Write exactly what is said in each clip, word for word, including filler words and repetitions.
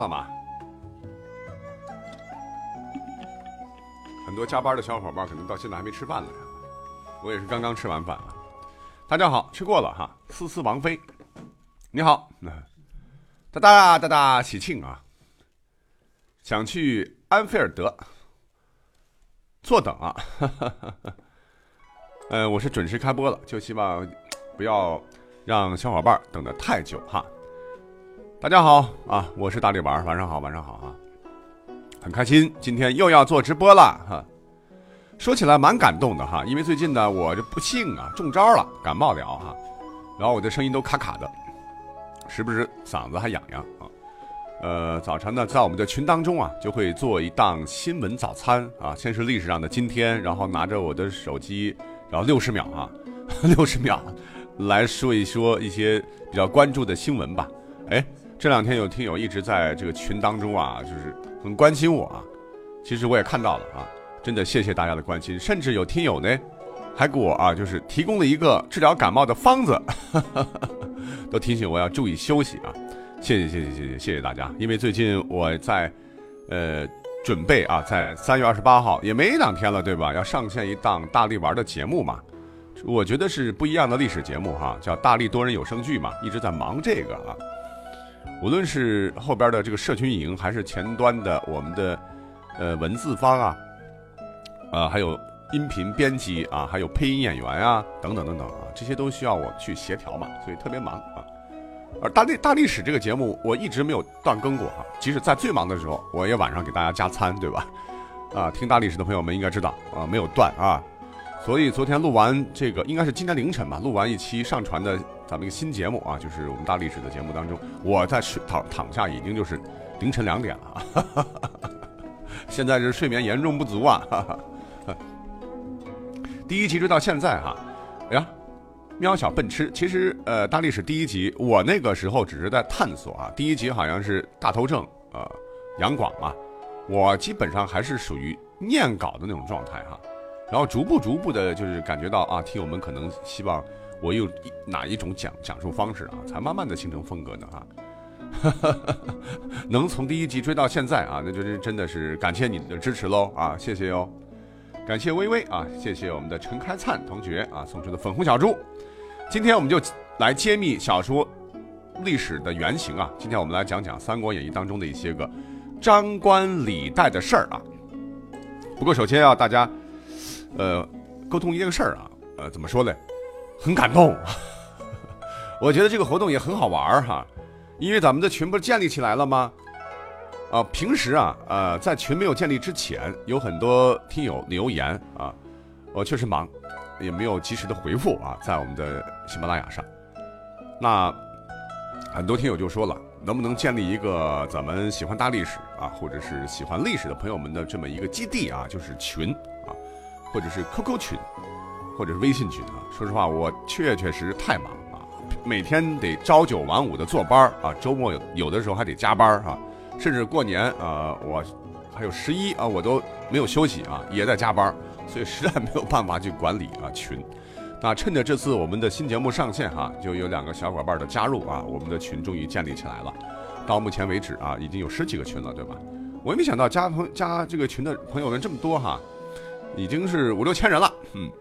干嘛？很多加班的小伙伴可能到现在还没吃饭呢，我也是刚刚吃完饭了。大家好，吃过了哈。思思王妃，你好，哒哒哒哒喜庆啊！想去安菲尔德坐等啊，呃，我是准时开播了，就希望不要让小伙伴等得太久哈。大家好啊，我是大力丸，晚上好，晚上好啊，很开心，今天又要做直播了哈。说起来蛮感动的哈，因为最近呢，我这不幸啊中招了，感冒了哈，然后我的声音都卡卡的，时不时嗓子还痒痒啊。呃，早晨呢，在我们的群当中啊，就会做一档新闻早餐啊，先是历史上的今天，然后拿着我的手机，然后六十秒啊，六十秒来说一说一些比较关注的新闻吧。哎。这两天有听友一直在这个群当中啊，就是很关心我啊。其实我也看到了啊，真的谢谢大家的关心。甚至有听友呢，还给我啊，就是提供了一个治疗感冒的方子，呵呵都提醒我要注意休息啊。谢谢谢谢谢谢谢谢大家。因为最近我在呃准备啊，在三月二十八号也没两天了，对吧？要上线一档大力玩的节目嘛。我觉得是不一样的历史节目哈，叫大力多人有声剧嘛，一直在忙这个啊。无论是后边的这个社群营，还是前端的我们的呃文字方啊，呃还有音频编辑啊，还有配音演员啊，等等等等啊，这些都需要我去协调嘛，所以特别忙啊。而大历大历史这个节目，我一直没有断更过啊，即使在最忙的时候，我也晚上给大家加餐，对吧？啊，听大历史的朋友们应该知道啊，没有断啊。所以昨天录完这个，应该是今天凌晨吧，录完一期上传的咱们一个新节目啊，就是我们大历史的节目当中，我在睡躺躺下已经就是凌晨两点了啊，现在是睡眠严重不足啊。哈哈，第一集追到现在哈，哎呀，喵小笨吃，其实呃大历史第一集我那个时候只是在探索啊，第一集好像是大头症呃杨广嘛，我基本上还是属于念稿的那种状态哈。然后逐步逐步的，就是感觉到啊，听友们可能希望我有哪一种讲讲述方式啊，才慢慢的形成风格的哈。能从第一集追到现在啊，那就是真的是感谢你的支持喽啊，谢谢哟，感谢微微啊，谢谢我们的陈开灿同学啊送出的粉红小猪。今天我们就来揭秘小说历史的原型啊，今天我们来讲讲《三国演义》当中的一些个张冠李戴的事儿啊。不过首先要大家。呃，沟通一件事儿啊，呃，怎么说呢？很感动，我觉得这个活动也很好玩哈，因为咱们的群不是建立起来了吗？啊、呃，平时啊，呃，在群没有建立之前，有很多听友留言啊，我确实忙，也没有及时的回复啊，在我们的喜马拉雅上。那很多听友就说了，能不能建立一个咱们喜欢大历史啊，或者是喜欢历史的朋友们的这么一个基地啊，就是群。或者是 Q Q 群，或者是微信群啊。说实话，我确确实太忙啊，每天得朝九晚五的坐班啊，周末有有的时候还得加班啊，甚至过年啊，我还有十一啊，我都没有休息啊，也在加班，所以实在没有办法去管理啊群。那趁着这次我们的新节目上线哈、啊，就有两个小伙伴的加入啊，我们的群终于建立起来了。到目前为止啊，已经有十几个群了，对吧？我也没想到加朋加这个群的朋友们这么多哈。已经是五六千人了，嗯，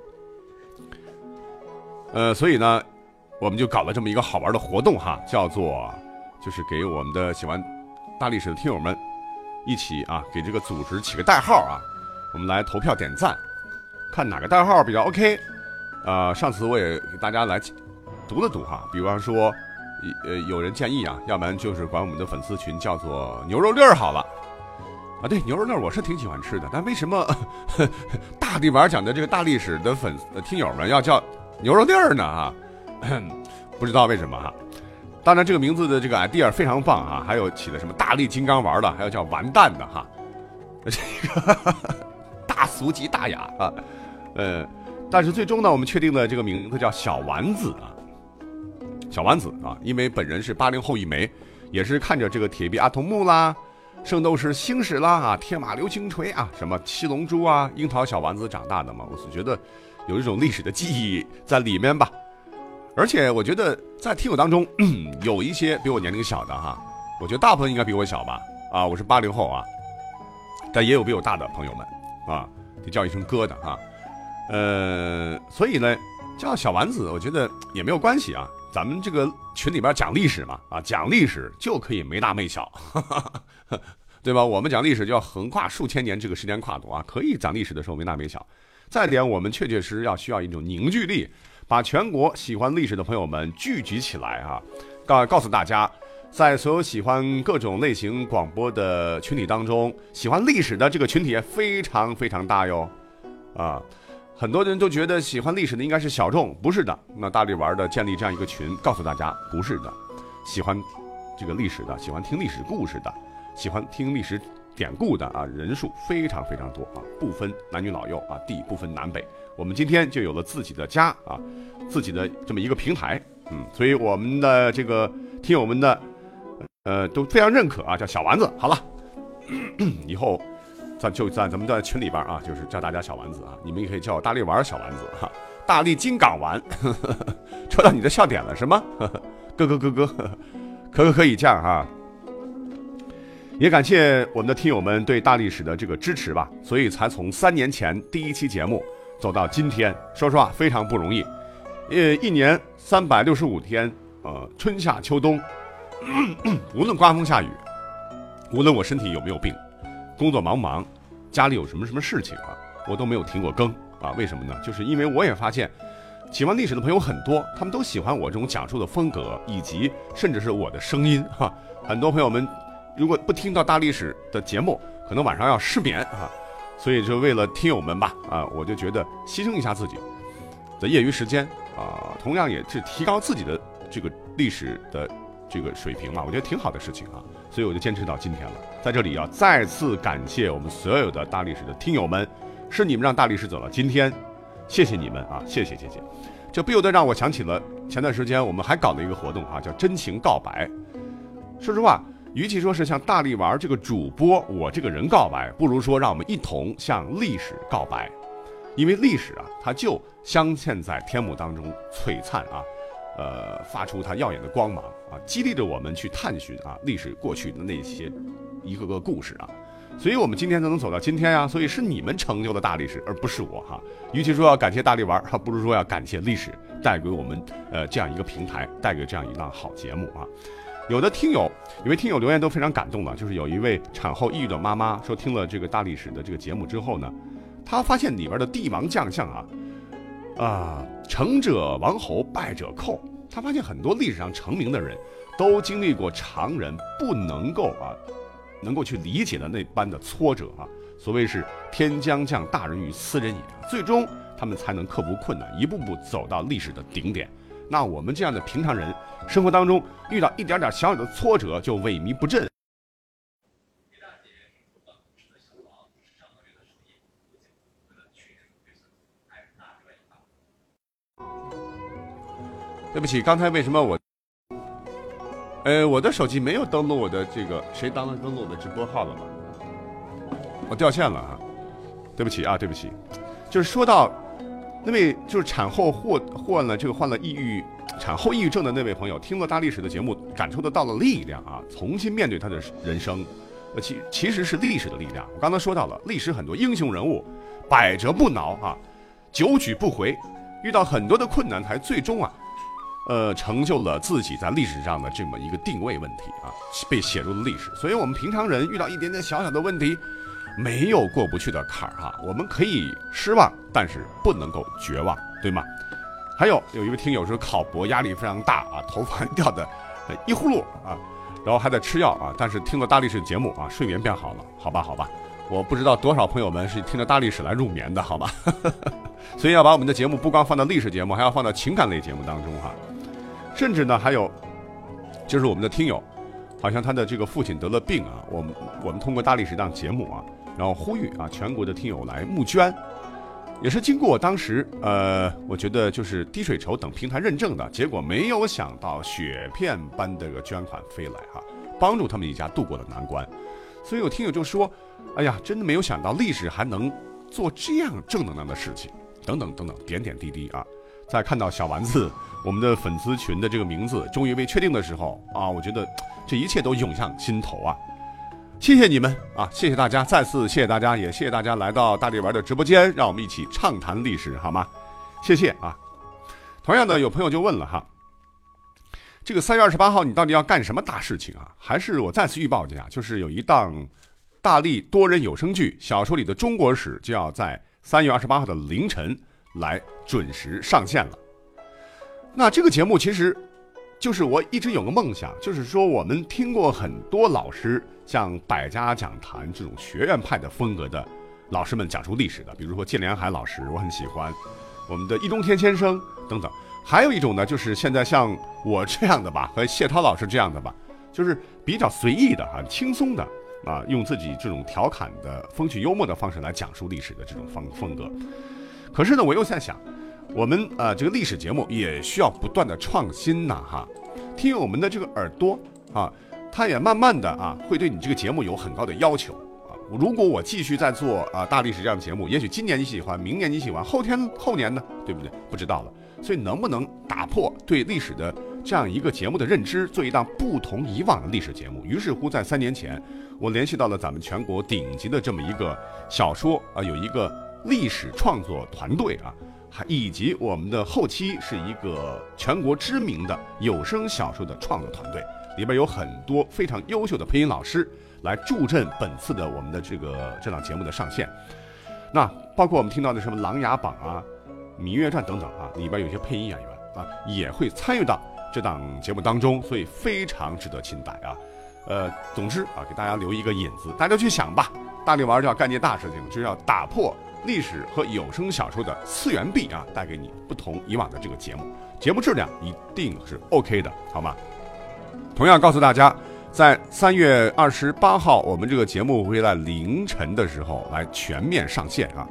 呃，所以呢，我们就搞了这么一个好玩的活动哈，叫做就是给我们的喜欢大历史的听友们一起啊，给这个组织起个代号啊，我们来投票点赞，看哪个代号比较 OK。呃，上次我也给大家来读了读哈，比方说，呃，有人建议啊，要不然就是管我们的粉丝群叫做牛肉粒儿好了。啊，对，牛肉粒我是挺喜欢吃的，但为什么呵呵大力丸讲的这个大历史的粉呃听友们要叫牛肉粒儿呢？啊，不知道为什么哈。当然，这个名字的这个 idea 非常棒啊，还有起的什么大力金刚丸的，还有叫完蛋的哈，这个大俗即大雅啊，呃，但是最终呢，我们确定的这个名字叫小丸子啊，小丸子啊，因为本人是八零后一枚，也是看着这个铁臂阿童木啦。圣斗士星矢啦啊，天马流星锤啊，什么七龙珠啊，樱桃小丸子长大的嘛，我是觉得有一种历史的记忆在里面吧。而且我觉得在听友当中、嗯、有一些比我年龄小的哈， 我觉得大部分应该比我小吧，啊，我是八零后啊，但也有比我大的朋友们啊，得叫一声哥的啊，呃，所以呢，叫小丸子，我觉得也没有关系啊。咱们这个群里边讲历史嘛，啊，讲历史就可以没大没小，哈哈哈，对吧？我们讲历史就要横跨数千年这个时间跨度啊，可以讲历史的时候没大没小。再点，我们确确实实要需要一种凝聚力，把全国喜欢历史的朋友们聚集起来啊，告告诉大家，在所有喜欢各种类型广播的群体当中，喜欢历史的这个群体也非常非常大哟，啊。很多人都觉得喜欢历史的应该是小众，不是的。那大力丸的建立这样一个群，告诉大家不是的。喜欢这个历史的，喜欢听历史故事的，喜欢听历史典故的啊，人数非常非常多啊，不分男女老幼啊，地不分南北。我们今天就有了自己的家啊，自己的这么一个平台，嗯，所以我们的这个听友们的呃都非常认可啊，叫小丸子。好了，以后。咱就在咱们的群里边啊，就是叫大家小丸子啊，你们也可以叫我大力丸小丸子哈、啊，大力金港丸，呵呵呵，戳到你的笑点了是吗？呵呵咯咯咯咯，呵呵可可可以这样哈、啊。也感谢我们的听友们对大历史的这个支持吧，所以才从三年前第一期节目走到今天，说实话非常不容易。呃，一年三百六十五天，呃，春夏秋冬，咳咳无论刮风下雨，无论我身体有没有病。工作忙不忙，家里有什么什么事情啊，我都没有停过更啊。为什么呢？就是因为我也发现，喜欢历史的朋友很多，他们都喜欢我这种讲述的风格，以及甚至是我的声音哈。很多朋友们如果不听到大历史的节目，可能晚上要失眠啊。所以就为了听友们吧啊，我就觉得牺牲一下自己的业余时间啊，同样也是提高自己的这个历史的这个水平嘛，我觉得挺好的事情啊。所以我就坚持到今天了。在这里要再次感谢我们所有的大历史的听友们，是你们让大历史走到今天，谢谢你们啊，谢谢谢谢。这不由得让我想起了前段时间我们还搞了一个活动啊，叫真情告白。说实话，与其说是向大力丸这个主播我这个人告白，不如说让我们一同向历史告白，因为历史啊，它就镶嵌在天幕当中璀璨啊。呃，发出它耀眼的光芒啊，激励着我们去探寻啊历史过去的那些一个个故事啊，所以我们今天才能走到今天呀、啊。所以是你们成就了大历史，而不是我哈。与其说要感谢大力丸，还不如说要感谢历史带给我们呃这样一个平台，带给这样一档好节目啊。有的听友，有位听友留言都非常感动了，就是有一位产后抑郁的妈妈说，听了这个大历史的这个节目之后呢，她发现里边的帝王将相啊。啊，成者王侯，败者寇。他发现很多历史上成名的人，都经历过常人不能够啊，能够去理解的那般的挫折啊。所谓是天将降大任于斯人也，最终他们才能克服困难，一步步走到历史的顶点。那我们这样的平常人，生活当中遇到一点点小小的挫折就萎靡不振。对不起，刚才为什么我，呃，我的手机没有登录我的这个，谁当了登录我的直播号了吗？我掉线了啊，对不起啊，对不起。就是说到那位就是产后患患了这个患了抑郁产后抑郁症的那位朋友，听了大历史的节目，感受得到了力量啊，重新面对他的人生，呃，其其实是历史的力量。我刚才说到了历史很多英雄人物，百折不挠啊，久举不回，遇到很多的困难，才最终啊。呃，成就了自己在历史上的这么一个定位问题啊，被写入了历史。所以我们平常人遇到一点点小小的问题，没有过不去的坎儿哈，我们可以失望，但是不能够绝望，对吗？还有有一位听友说考博压力非常大啊，头发掉的一呼噜啊，然后还在吃药啊，但是听了大历史节目啊，睡眠变好了，好吧，好吧，我不知道多少朋友们是听着大历史来入眠的，好吧？所以要把我们的节目不光放到历史节目，还要放到情感类节目当中哈。甚至呢，还有就是我们的听友，好像他的这个父亲得了病啊，我们我们通过大历史档节目啊，然后呼吁啊全国的听友来募捐，也是经过当时呃，我觉得就是滴水筹等平台认证的结果，没有想到雪片般的这个捐款飞来哈、啊，帮助他们一家度过了难关。所以有听友就说，哎呀，真的没有想到历史还能做这样正能量的事情，等等等等，点点滴滴啊。再看到小丸子我们的粉丝群的这个名字终于被确定的时候啊，我觉得这一切都涌向心头啊！谢谢你们啊，谢谢大家，再次谢谢大家，也谢谢大家来到大力丸的直播间，让我们一起畅谈历史，好吗？谢谢啊！同样的，有朋友就问了哈，这个三月二十八号你到底要干什么大事情啊？还是我再次预报一下，就是有一档大力多人有声剧《小说里的中国史》就要在三月二十八号的凌晨来准时上线了。那这个节目其实就是我一直有个梦想，就是说我们听过很多老师像百家讲坛这种学院派的风格的老师们讲述历史的，比如说建连海老师我很喜欢，我们的易中天先生等等。还有一种呢，就是现在像我这样的吧，和谢涛老师这样的吧，就是比较随意的很轻松的啊，用自己这种调侃的风趣幽默的方式来讲述历史的这种风风格。可是呢，我又在想，我们呃这个历史节目也需要不断的创新呐哈，听友们的这个耳朵啊，它也慢慢的啊会对你这个节目有很高的要求啊。如果我继续在做啊大历史这样的节目，也许今年你喜欢，明年你喜欢，后天后年呢，对不对？不知道了。所以能不能打破对历史的这样一个节目的认知，做一档不同以往的历史节目？于是乎，在三年前，我联系到了咱们全国顶级的这么一个小说啊，有一个历史创作团队啊，还以及我们的后期是一个全国知名的有声小说的创作团队，里边有很多非常优秀的配音老师来助阵本次的我们的这个这档节目的上线。那包括我们听到的什么《琅琊榜》啊、《芈月传》等等啊，里边有些配音演员啊也会参与到这档节目当中，所以非常值得期待啊。呃，总之啊，给大家留一个引子，大家去想吧。大力丸就要干件大事情，就是要打破历史和有声小说的次元壁啊，带给你不同以往的这个节目，节目质量一定是 OK 的，好吗？同样告诉大家，在三月二十八号，我们这个节目会在凌晨的时候来全面上线啊。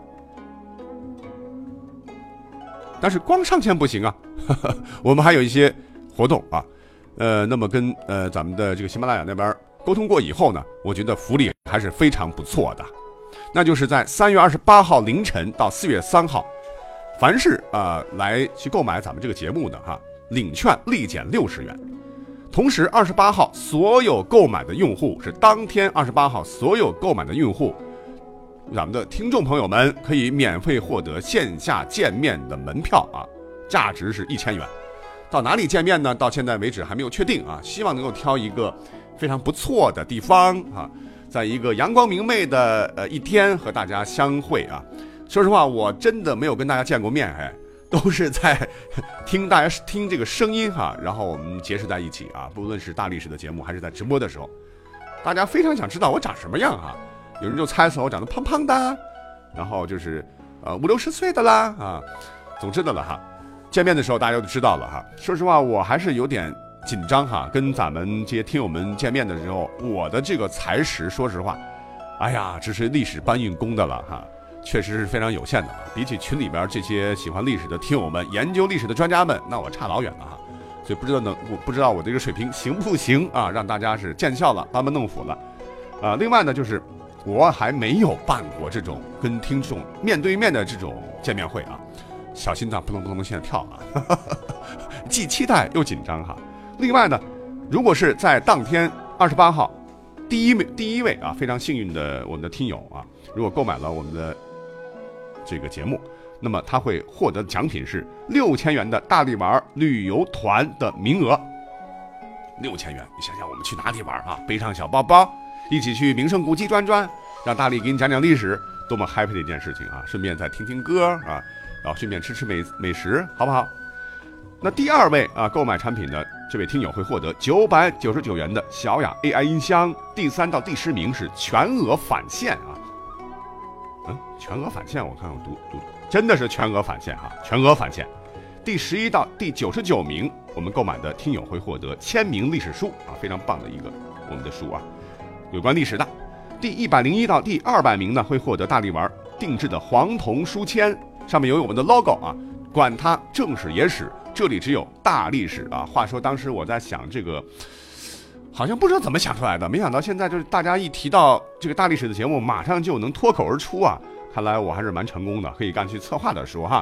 但是光上线不行啊，呵呵，我们还有一些活动啊，呃，那么跟呃咱们的这个喜马拉雅那边沟通过以后呢，我觉得福利还是非常不错的，那就是在三月二十八号凌晨到四月三号，凡是啊、呃、来去购买咱们这个节目的哈，领券立减六十元。同时，二十八号所有购买的用户是当天二十八号所有购买的用户。咱们的听众朋友们可以免费获得线下见面的门票啊，价值是一千元。到哪里见面呢？到现在为止还没有确定啊，希望能够挑一个非常不错的地方啊，在一个阳光明媚的呃一天和大家相会啊。说实话，我真的没有跟大家见过面，哎，都是在听大家听这个声音哈，然后我们结识在一起啊，不论是大历史的节目还是在直播的时候，大家非常想知道我长什么样啊。有人就猜测我长得胖胖的，然后就是呃五六十岁的啦啊，总之的了哈。见面的时候大家就知道了哈。说实话，我还是有点紧张哈。跟咱们这些听友们见面的时候，我的这个才识，说实话，哎呀，这是历史搬运工的了哈，确实是非常有限的了。比起群里边这些喜欢历史的听友们、研究历史的专家们，那我差老远了哈。所以不知道能，我不知道我这个水平行不行啊？让大家是见笑了，班门弄斧了啊。另外呢，就是我还没有办过这种跟听众面对面的这种见面会啊，小心脏扑通扑通现在跳啊，既期待又紧张哈。另外呢，如果是在当天二十八号，第一位第一位啊，非常幸运的我们的听友啊，如果购买了我们的这个节目，那么他会获得奖品是六千元的大力丸旅游团的名额。六千元，你想想我们去哪里玩啊？背上小包包，一起去名胜古迹转转，让大力给你讲讲历史，多么 happy 的一件事情啊！顺便再听听歌啊，然后顺便吃吃美美食，好不好？那第二位啊，购买产品的这位听友会获得九百九十九元的小雅 A I 音箱。第三到第十名是全额返现啊，嗯，全额返现，我看我读读，真的是全额返现啊，全额返现。第十一到第九十九名，我们购买的听友会获得签名历史书啊，非常棒的一个我们的书啊。有关历史的。第一百零一到第二百名呢，会获得大力丸定制的黄铜书签，上面有我们的 logo 啊，管它正史野史，这里只有大历史啊。话说当时我在想这个，好像不知道怎么想出来的，没想到现在就是大家一提到这个大历史的节目，马上就能脱口而出啊。看来我还是蛮成功的，可以干去策划的说哈。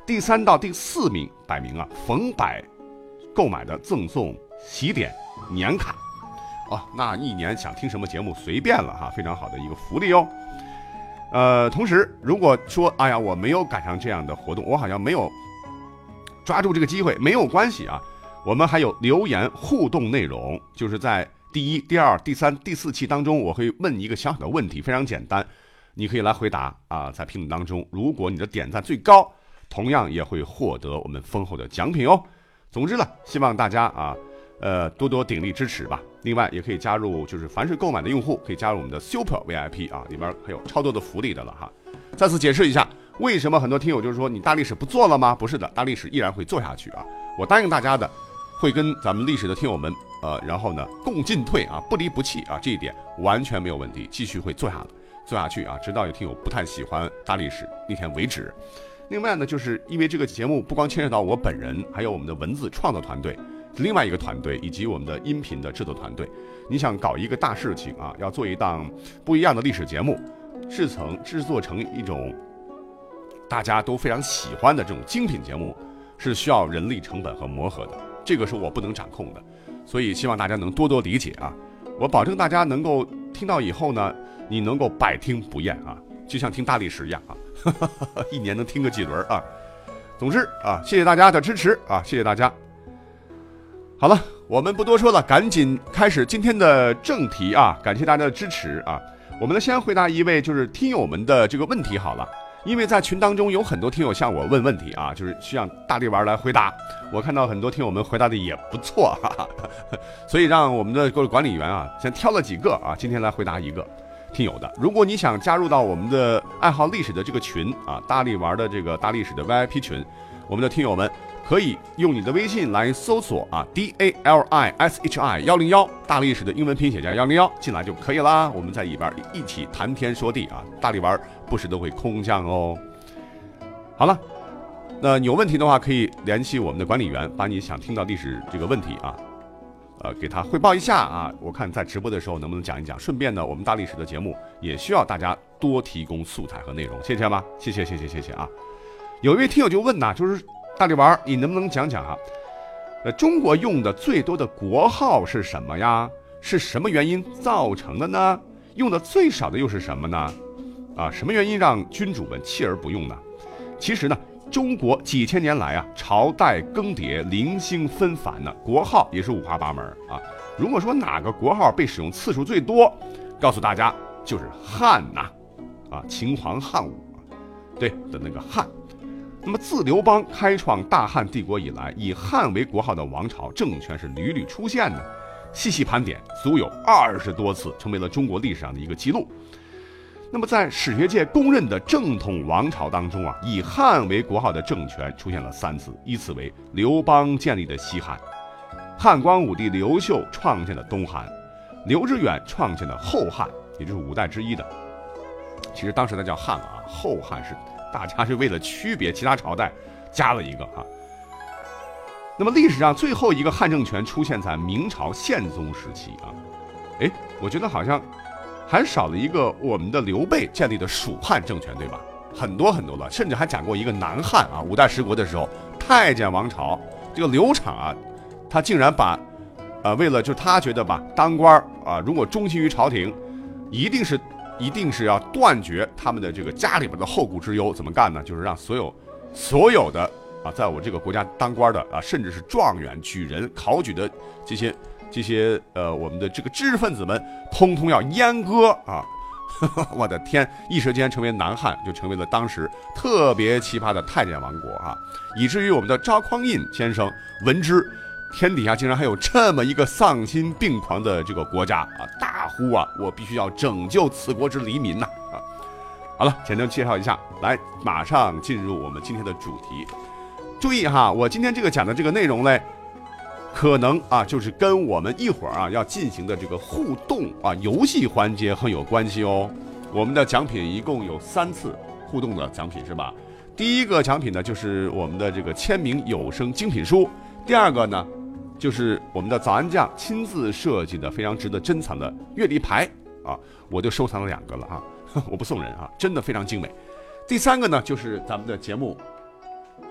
第三到第四名百名啊，逢百购买的赠送喜点年卡。哦，那一年想听什么节目随便了哈，非常好的一个福利哦。呃，同时如果说哎呀我没有赶上这样的活动，我好像没有抓住这个机会，没有关系啊，我们还有留言互动内容，就是在第一、第二、第三、第四期当中，我会问一个小小的问题，非常简单，你可以来回答啊，在评论当中，如果你的点赞最高，同样也会获得我们丰厚的奖品哦。总之呢，希望大家啊，呃，多多鼎力支持吧。另外，也可以加入，就是凡是购买的用户可以加入我们的 Super V I P 啊，里边还有超多的福利的了哈。再次解释一下，为什么很多听友就是说你大历史不做了吗？不是的，大历史依然会做下去啊。我答应大家的，会跟咱们历史的听友们，呃，然后呢共进退啊，不离不弃啊，这一点完全没有问题，继续会做下做下去啊，直到有听友不太喜欢大历史那天为止。另外呢，就是因为这个节目不光牵扯到我本人，还有我们的文字创作团队，另外一个团队以及我们的音频的制作团队。你想搞一个大事情啊，要做一档不一样的历史节目，制成制作成一种大家都非常喜欢的这种精品节目，是需要人力成本和磨合的，这个是我不能掌控的，所以希望大家能多多理解啊。我保证大家能够听到以后呢，你能够百听不厌啊，就像听大历史一样啊，一年能听个几轮啊。总之啊，谢谢大家的支持啊，谢谢大家。好了，我们不多说了，赶紧开始今天的正题啊！感谢大家的支持啊！我们呢先回答一位就是听友们的这个问题好了，因为在群当中有很多听友向我问问题啊，就是需要大力丸来回答。我看到很多听友们回答的也不错，哈哈，所以让我们的各位管理员啊，先挑了几个啊，今天来回答一个听友的。如果你想加入到我们的爱好历史的这个群啊，大力丸的这个大历史的 V I P 群，我们的听友们可以用你的微信来搜索啊 D A L I S H I 一零一，大历史的英文拼写加一零一，进来就可以啦。我们在里边一起谈天说地啊，大力丸不时都会空降哦。好了，那有问题的话可以联系我们的管理员，把你想听到历史这个问题啊，呃，给他汇报一下啊。我看在直播的时候能不能讲一讲，顺便呢，我们大历史的节目也需要大家多提供素材和内容，谢谢吗？谢谢谢谢谢谢啊。有一位听友就问呐、啊，就是大力丸，你能不能讲讲啊？呃，中国用的最多的国号是什么呀？是什么原因造成的呢？用的最少的又是什么呢？啊，什么原因让君主们弃而不用呢？其实呢，中国几千年来啊，朝代更迭，零星纷繁呢，国号也是五花八门啊。如果说哪个国号被使用次数最多，告诉大家就是汉呐，啊，秦皇汉武，对的那个汉。那么自刘邦开创大汉帝国以来，以汉为国号的王朝政权是屡屡出现的，细细盘点，足有二十多次，成为了中国历史上的一个记录。那么在史学界公认的正统王朝当中啊，以汉为国号的政权出现了三次，依次为刘邦建立的西汉，汉光武帝刘秀创建的东汉，刘知远创建的后汉，也就是五代之一的。其实当时它叫汉了啊，后汉是大家是为了区别其他朝代加了一个啊。那么历史上最后一个汉政权出现在明朝宪宗时期啊，哎，我觉得好像还少了一个我们的刘备建立的蜀汉政权，对吧？很多很多了，甚至还讲过一个南汉啊，五代十国的时候，太监王朝这个刘昶啊，他竟然把呃为了就他觉得吧，当官啊，如果忠心于朝廷，一定是。一定是要断绝他们的这个家里边的后顾之忧，怎么干呢？就是让所有所有的啊，在我这个国家当官的啊，甚至是状元、举人、考举的这些这些呃，我们的这个知识分子们，通通要阉割啊！我的天，一时间成为南汉，就成为了当时特别奇葩的太监王国啊，以至于我们的赵匡胤先生闻之。天底下竟然还有这么一个丧心病狂的这个国家啊！大呼啊，我必须要拯救此国之黎民呐！啊，好了，简单介绍一下，来，马上进入我们今天的主题。注意哈，我今天这个讲的这个内容呢，可能啊，就是跟我们一会儿啊要进行的这个互动啊游戏环节很有关系哦。我们的奖品一共有三次互动的奖品是吧？第一个奖品呢，就是我们的这个签名有声精品书；第二个呢，就是我们的早安酱亲自设计的非常值得珍藏的月历牌啊，我就收藏了两个了啊，我不送人啊，真的非常精美。第三个呢，就是咱们的节目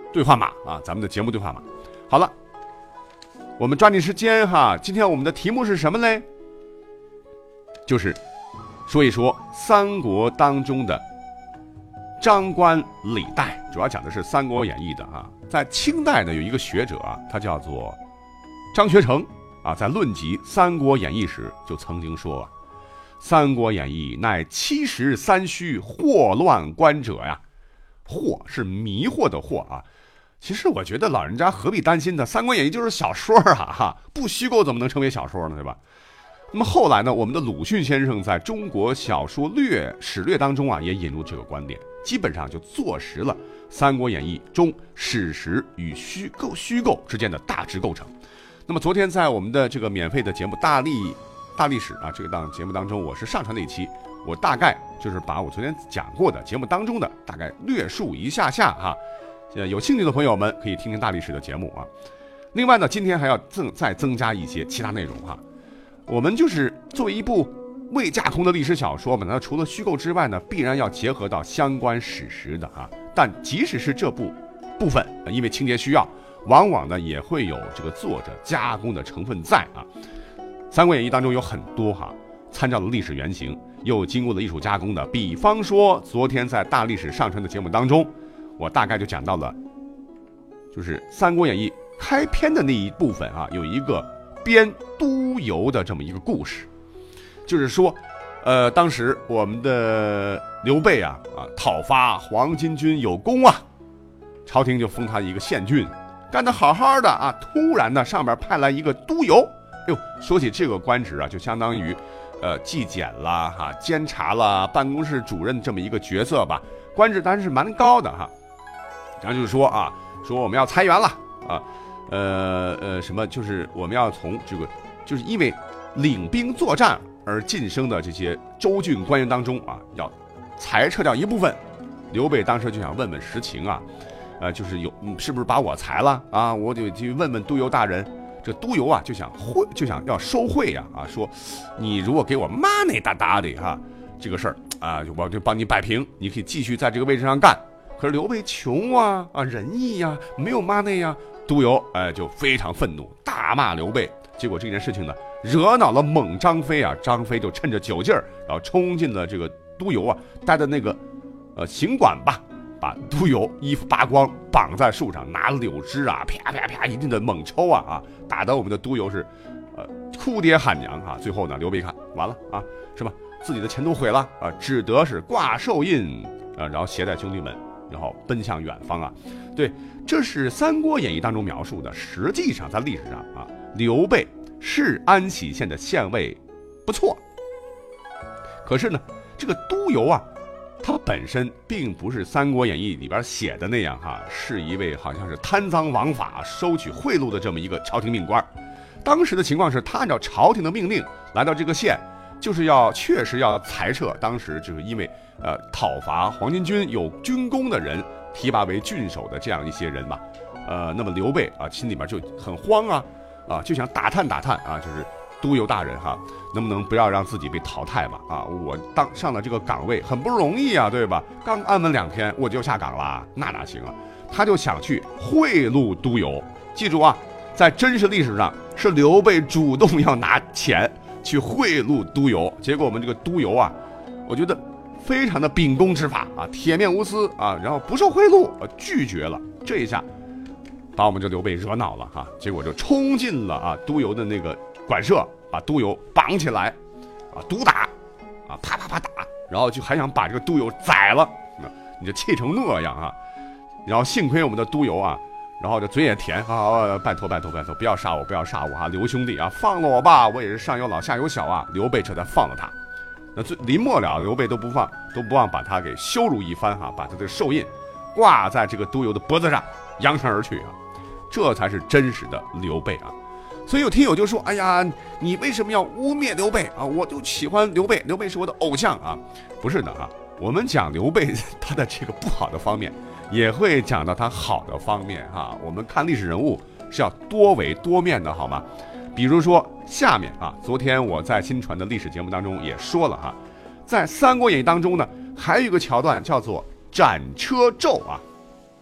兑换码啊，咱们的节目兑换码。好了，我们抓紧时间哈，今天我们的题目是什么嘞？就是说一说三国当中的张冠李戴，主要讲的是《三国演义》的啊。在清代呢，有一个学者啊，他叫做张学成啊，在论及《三国演义》时就曾经说啊，《三国演义》乃七十三虚，惑乱观者呀。惑是迷惑的惑啊。其实我觉得老人家何必担心呢？《三国演义》就是小说啊，哈，不虚构怎么能成为小说呢？对吧？那么后来呢，我们的鲁迅先生在中国小说略史略当中啊，也引入这个观点，基本上就坐实了《三国演义》中史实与虚构虚构之间的大致构成。那么昨天在我们的这个免费的节目《大历大历史》啊这个档节目当中，我是上传那一期，我大概就是把我昨天讲过的节目当中的大概略述一下下哈。呃，有兴趣的朋友们可以听听大历史的节目啊。另外呢，今天还要增再增加一些其他内容哈。我们就是作为一部未架空的历史小说嘛，那除了虚构之外呢，必然要结合到相关史实的啊。但即使是这部部分，因为情节需要，往往呢也会有这个作者加工的成分在啊。《三国演义》当中有很多哈，参照了历史原型，又经过了艺术加工的。比方说，昨天在大历史上传的节目当中，我大概就讲到了，就是《三国演义》开篇的那一部分啊，有一个编都邮的这么一个故事，就是说，呃，当时我们的刘备啊啊讨伐黄巾军有功啊，朝廷就封他一个县郡，干得好好的啊，突然呢上面派来一个都邮，哎呦，说起这个官职啊，就相当于，呃，纪检啦哈、监察啦、办公室主任这么一个角色吧，官职当然是蛮高的哈。然后就是说啊，说我们要裁员了啊。呃呃，什么就是我们要从这个，就是因为领兵作战而晋升的这些州郡官员当中啊，要裁撤掉一部分。刘备当时就想问问实情啊，呃，就是有是不是把我裁了啊？我得去问问都邮大人。这都邮啊就想贿，就想要收贿呀啊，说你如果给我 money 哒哒的哈，这个事儿啊，我就帮你摆平，你可以继续在这个位置上干。可是刘备穷啊啊，仁义呀、啊，没有 money 呀、啊。都邮哎就非常愤怒，大骂刘备。结果这件事情呢，惹恼了猛张飞啊，张飞就趁着酒劲儿，然后冲进了这个都邮啊待的那个呃行馆吧，把都邮衣服扒光，绑在树上，拿柳枝啊啪啪啪一阵的猛抽啊啊，打得我们的都邮是呃哭爹喊娘啊。最后呢，刘备一看完了啊，是吧？自己的钱都毁了啊，只得是挂寿印啊，然后携带兄弟们，然后奔向远方啊。对，这是《三国演义》当中描述的。实际上，在历史上啊，刘备是安喜县的县尉，不错。可是呢，这个都邮啊，他本身并不是《三国演义》里边写的那样哈，是一位好像是贪赃枉法、收取贿赂的这么一个朝廷命官。当时的情况是，他按照朝廷的命令来到这个县，就是要确实要裁撤当时就是因为呃讨伐黄巾军有军功的人。提拔为郡守的这样一些人吧，呃，那么刘备啊，心里面就很慌啊，啊，就想打探打探啊，就是都邮大人哈，能不能不要让自己被淘汰吧？啊，我当上了这个岗位很不容易啊，对吧？刚安稳两天我就下岗了，那哪行啊？他就想去贿赂都邮。记住啊，在真实历史上是刘备主动要拿钱去贿赂都邮，结果我们这个都邮啊，我觉得。非常的秉公执法啊，铁面无私啊，然后不受贿赂，啊，拒绝了。这一下把我们这刘备惹恼了哈、啊，结果就冲进了啊都邮的那个馆舍，把都邮绑起来啊，毒打啊，啪啪啪打，然后就还想把这个都邮宰了，啊、你就气成那样啊。然后幸亏我们的都邮啊，然后这嘴也甜啊，拜托拜托拜托，不要杀我，不要杀我哈、啊，刘兄弟啊，放了我吧，我也是上有老下有小啊。刘备这才放了他。那最临末了，刘备都不放，都不忘把他给羞辱一番哈、啊，把他的寿印挂在这个都邮的脖子上，扬长而去啊，这才是真实的刘备啊。所以有听友就说：“哎呀，你为什么要污蔑刘备啊？我就喜欢刘备，刘备是我的偶像啊！”不是的啊，我们讲刘备他的这个不好的方面，也会讲到他好的方面哈、啊。我们看历史人物是要多维多面的，好吗？比如说下面啊，昨天我在新传的历史节目当中也说了哈，在《三国演义》当中呢，还有一个桥段叫做斩车胄啊。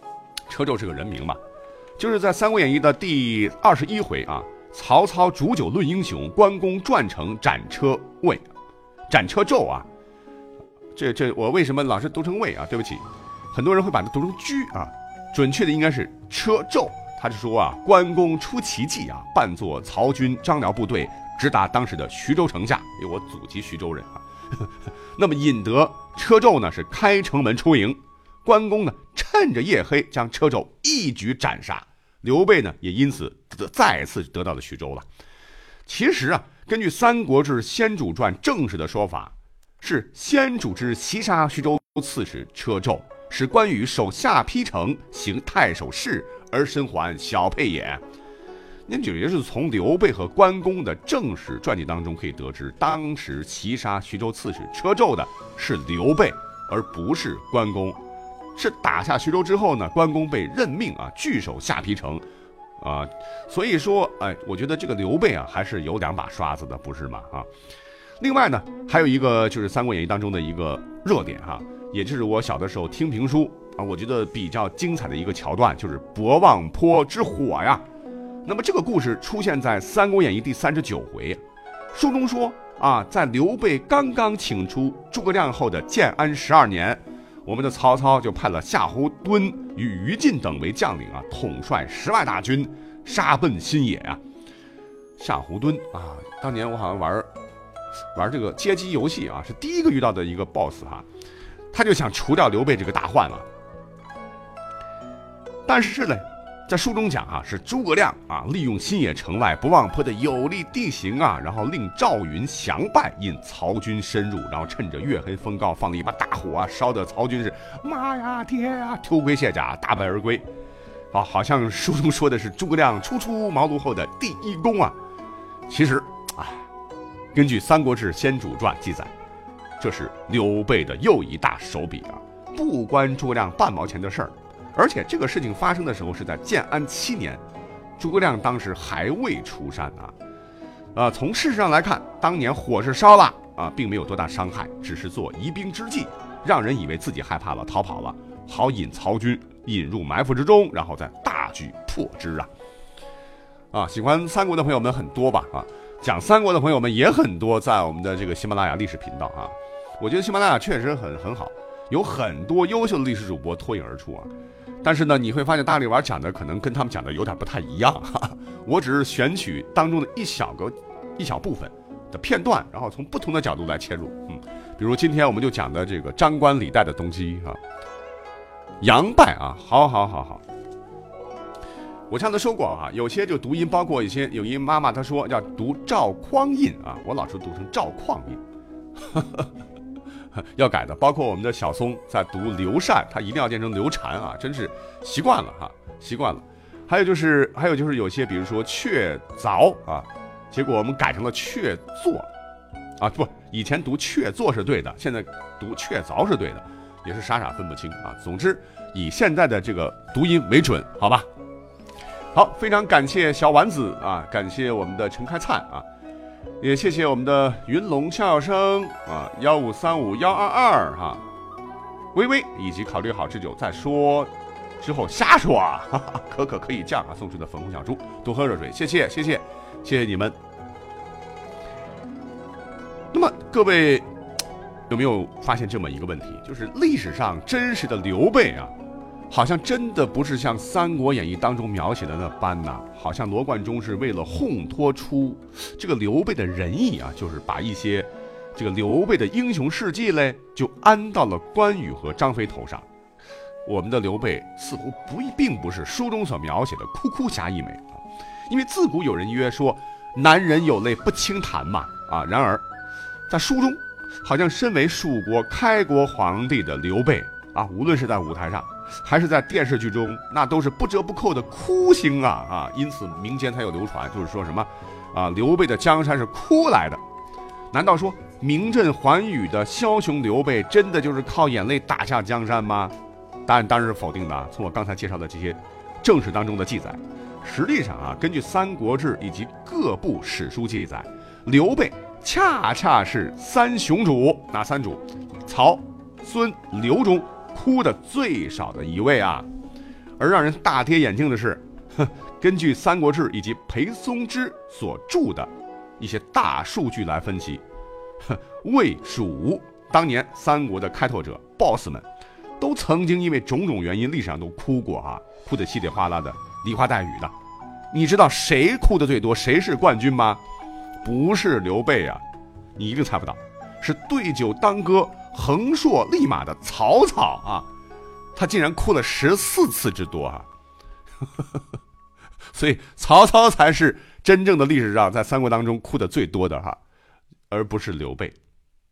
车胄是个人名嘛，就是在《三国演义》的第二十一回啊，曹操煮酒论英雄，关公转乘斩车魏，斩车胄啊。这这我为什么老是读成魏啊？对不起，很多人会把它读成车啊，准确的应该是车胄。他是说啊，关公出奇迹啊，扮作曹军张辽部队，直达当时的徐州城下，因为我祖籍徐州人啊。那么引得车胄呢是开城门出营，关公呢趁着夜黑将车胄一举斩杀，刘备呢也因此得再次得到了徐州了。其实啊，根据《三国志·先主传》正式的说法，是先主之袭杀徐州刺史车胄，使关羽守下邳城，行太守事，而身还小沛也。您也就是从刘备和关公的正史传记当中可以得知，当时袭杀徐州刺史车胄的是刘备，而不是关公。是打下徐州之后呢，关公被任命啊据守下邳城，啊，所以说，哎，我觉得这个刘备啊还是有两把刷子的，不是吗？啊，另外呢，还有一个就是《三国演义》当中的一个热点哈、啊，也就是我小的时候听评书啊，我觉得比较精彩的一个桥段，就是博望坡之火呀。那么这个故事出现在《三国演义》第三十九回，书中说啊，在刘备刚刚请出诸葛亮后的建安十二年，我们的曹操就派了夏侯惇与于禁等为将领啊，统帅十万大军杀奔新野啊。夏侯惇啊，当年我好像玩玩这个街机游戏啊，是第一个遇到的一个 boss 哈、啊，他就想除掉刘备这个大患了。但是呢，在书中讲啊，是诸葛亮啊，利用新野城外不望坡的有利地形啊，然后令赵云降败，引曹军深入，然后趁着月黑风高放了一把大火啊，烧得曹军是妈呀爹呀，丢盔卸甲，大败而归。啊，好像书中说的是诸葛亮初出茅庐后的第一功啊。其实啊，根据《三国志·先主传》记载，这是刘备的又一大手笔啊，不关诸葛亮半毛钱的事儿。而且这个事情发生的时候是在建安七年，诸葛亮当时还未出山啊。呃，从事实上来看，当年火是烧了啊，并没有多大伤害，只是做疑兵之计，让人以为自己害怕了，逃跑了，好引曹军引入埋伏之中，然后再大举破之啊。啊，喜欢三国的朋友们很多吧？啊，讲三国的朋友们也很多，在我们的这个喜马拉雅历史频道啊。我觉得喜马拉雅确实很很好，有很多优秀的历史主播脱颖而出啊。但是呢，你会发现大力丸讲的可能跟他们讲的有点不太一样哈。我只是选取当中的一小个一小部分的片段，然后从不同的角度来切入。嗯，比如今天我们就讲的这个张冠李戴的东西啊，杨拜啊，好好好好。我上次说过啊，有些这个读音，包括一些有一妈妈她说要读赵匡胤啊，我老是读成赵匡胤。要改的，包括我们的小松在读刘禅，他一定要念成刘禅啊，真是习惯了哈，习惯了。还有就是，还有就是有些，比如说确凿啊，结果我们改成了确凿啊，不，以前读确凿是对的，现在读确凿是对的，也是傻傻分不清啊。总之，以现在的这个读音为准，好吧？好，非常感谢小丸子啊，感谢我们的陈开灿啊。也谢谢我们的云龙笑笑声啊，幺五三五幺二二哈，微微以及考虑好吃酒再说之后瞎说啊，哈哈，可可可以酱啊，送出的粉红小猪，多喝热水，谢谢谢谢谢谢你们。那么各位有没有发现这么一个问题，就是历史上真实的刘备啊，好像真的不是像《三国演义》当中描写的那般呐、啊，好像罗贯中是为了烘托出这个刘备的仁义啊，就是把一些这个刘备的英雄事迹嘞，就安到了关羽和张飞头上。我们的刘备似乎不并不是书中所描写的哭哭侠义美啊，因为自古有人曰说男人有泪不轻弹嘛啊，然而在书中，好像身为蜀国开国皇帝的刘备啊，无论是在舞台上还是在电视剧中，那都是不折不扣的哭星啊啊！因此民间才有流传，就是说什么啊，刘备的江山是哭来的。难道说名震寰宇的枭雄刘备真的就是靠眼泪打下江山吗？答案当然是否定的啊。从我刚才介绍的这些正史当中的记载，实际上啊，根据《三国志》以及各部史书记载，刘备恰恰是三雄主，哪三主？曹、孙、刘中哭的最少的一位啊。 而让人大跌眼镜的是，根据《三国志》以及裴松之所著的一些大数据来分析，魏、蜀、吴当年三国的开拓者 boss 们，都曾经因为种种原因历史上都哭过啊，哭得稀里哗啦的，梨花带雨的。你知道谁哭的最多，谁是冠军吗？不是刘备啊，你一定猜不到，是对酒当歌、横槊立马的曹操啊，他竟然哭了十四次之多啊！所以曹操才是真正的历史上在三国当中哭的最多的哈，而不是刘备。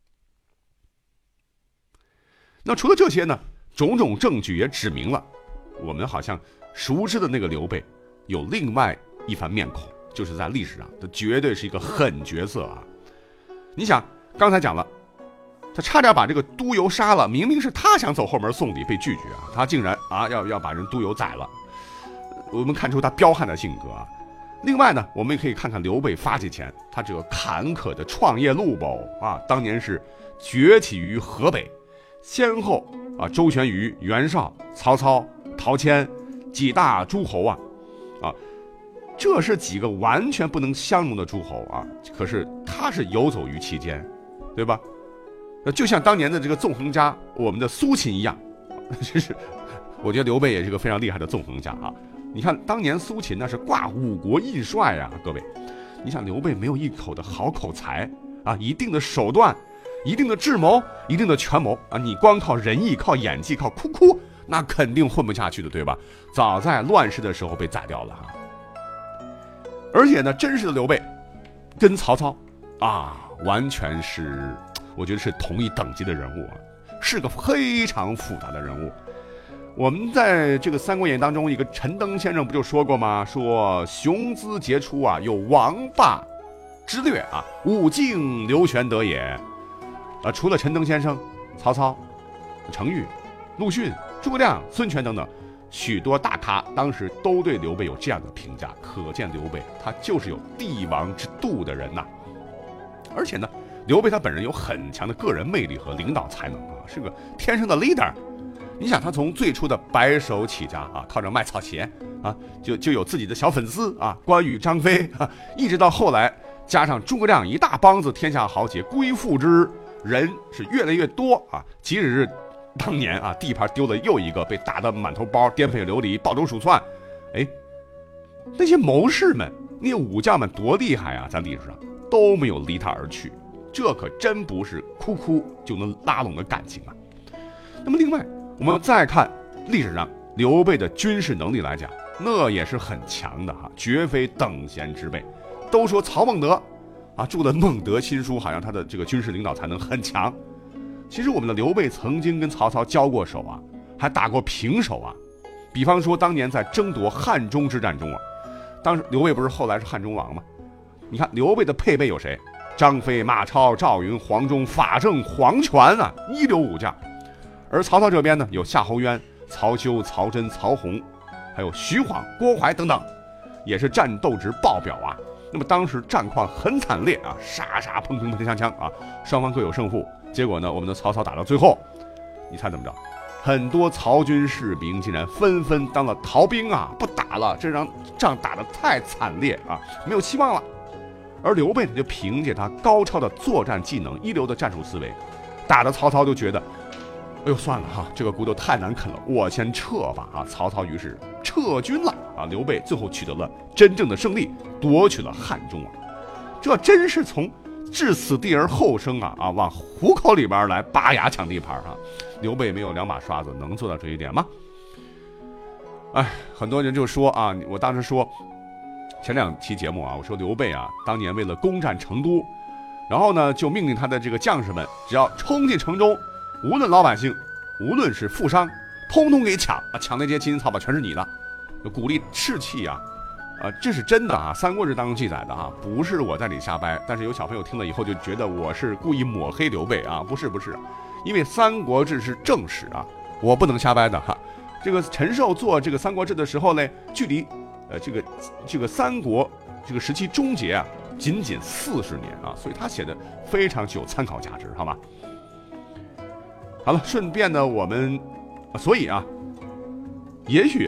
那除了这些呢，种种证据也指明了，我们好像熟知的那个刘备有另外一番面孔，就是在历史上他绝对是一个狠角色啊！你想，刚才讲了，他差点把这个督邮杀了，明明是他想走后门送礼被拒绝啊，他竟然啊要要把人督邮宰了。我们看出他彪悍的性格啊。另外呢，我们也可以看看刘备发迹前他这个坎坷的创业路吧啊，当年是崛起于河北，先后啊周旋于袁绍、曹操、陶谦几大诸侯啊啊，这是几个完全不能相容的诸侯啊，可是他是游走于其间，对吧？就像当年的这个纵横家我们的苏秦一样，其实我觉得刘备也是个非常厉害的纵横家啊。你看当年苏秦那是挂五国印帅啊，各位，你想刘备没有一口的好口才啊，一定的手段，一定的智谋，一定的权谋啊，你光靠仁义、靠演技、靠哭哭，那肯定混不下去的，对吧？早在乱世的时候被宰掉了哈。而且呢，真实的刘备跟曹操啊，完全是我觉得是同一等级的人物啊，是个非常复杂的人物。我们在这个《三国演义》当中，一个陈登先生不就说过吗？说雄姿杰出啊，有王霸之略啊，武敬刘玄德也。啊，除了陈登先生，曹操、程昱、陆逊、诸葛亮、孙权等等许多大咖，当时都对刘备有这样的评价，可见刘备他就是有帝王之度的人呐、啊。而且呢，刘备他本人有很强的个人魅力和领导才能啊，是个天生的 leader。你想他从最初的白手起家啊，靠着卖草鞋啊，就就有自己的小粉丝啊，关羽、张飞啊，一直到后来加上诸葛亮一大帮子天下豪杰归附之，人是越来越多啊。即使是当年啊，地盘丢了又一个，被打得满头包、颠沛流离、抱头鼠窜，哎，那些谋士们、那些武将们多厉害啊，在历史上都没有离他而去，这可真不是哭哭就能拉拢的感情啊。那么另外，我们再看历史上刘备的军事能力来讲，那也是很强的哈，绝非等闲之辈。都说曹孟德啊著的《孟德新书》，好像他的这个军事领导才能很强。其实我们的刘备曾经跟曹操交过手啊，还打过平手啊。比方说当年在争夺汉中之战中啊，当时刘备不是后来是汉中王吗？你看刘备的配备有谁？张飞、马超、赵云、黄忠、法正、黄权啊，一流武将。而曹操这边呢，有夏侯渊、曹休、曹真、曹洪，还有徐晃、郭淮等等，也是战斗值爆表啊。那么当时战况很惨烈啊，杀杀砰砰砰锵锵啊，双方各有胜负。结果呢，我们的曹操打到最后，你猜怎么着？很多曹军士兵竟然纷纷当了逃兵啊，不打了，这让仗打得太惨烈啊，没有希望了。而刘备呢，就凭借他高超的作战技能、一流的战术思维，打得曹操就觉得，哎呦，算了哈，这个骨头太难啃了，我先撤吧啊！曹操于是撤军了啊！刘备最后取得了真正的胜利，夺取了汉中啊！这真是从置死地而后生啊啊，往虎口里边来拔牙抢地盘啊！刘备没有两把刷子，能做到这一点吗？哎，很多人就说啊，我当时说前两期节目啊，我说刘备啊，当年为了攻占成都，然后呢，就命令他的这个将士们，只要冲进城中。无论老百姓，无论是富商，通通给抢啊！抢那些金银财宝全是你的，鼓励士气啊！啊，这是真的啊，《三国志》当中记载的啊，不是我在这里瞎掰。但是有小朋友听了以后就觉得我是故意抹黑刘备啊，不是不是，因为《三国志》是正史啊，我不能瞎掰的哈。这个陈寿做这个《三国志》的时候呢，距离呃这个这个三国这个时期终结啊，仅仅四十年啊，所以他写的非常具有参考价值，好吗？好了，顺便呢，我们，所以啊，也许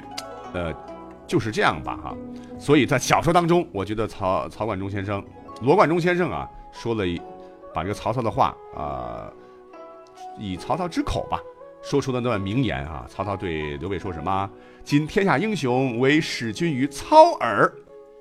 呃，就是这样吧哈。所以在小说当中，我觉得曹曹管仲先生、罗贯中先生啊，说了一把这个曹操的话啊、呃，以曹操之口吧，说出了那段名言啊。曹操对刘备说什么？今天下英雄，唯使君于操耳。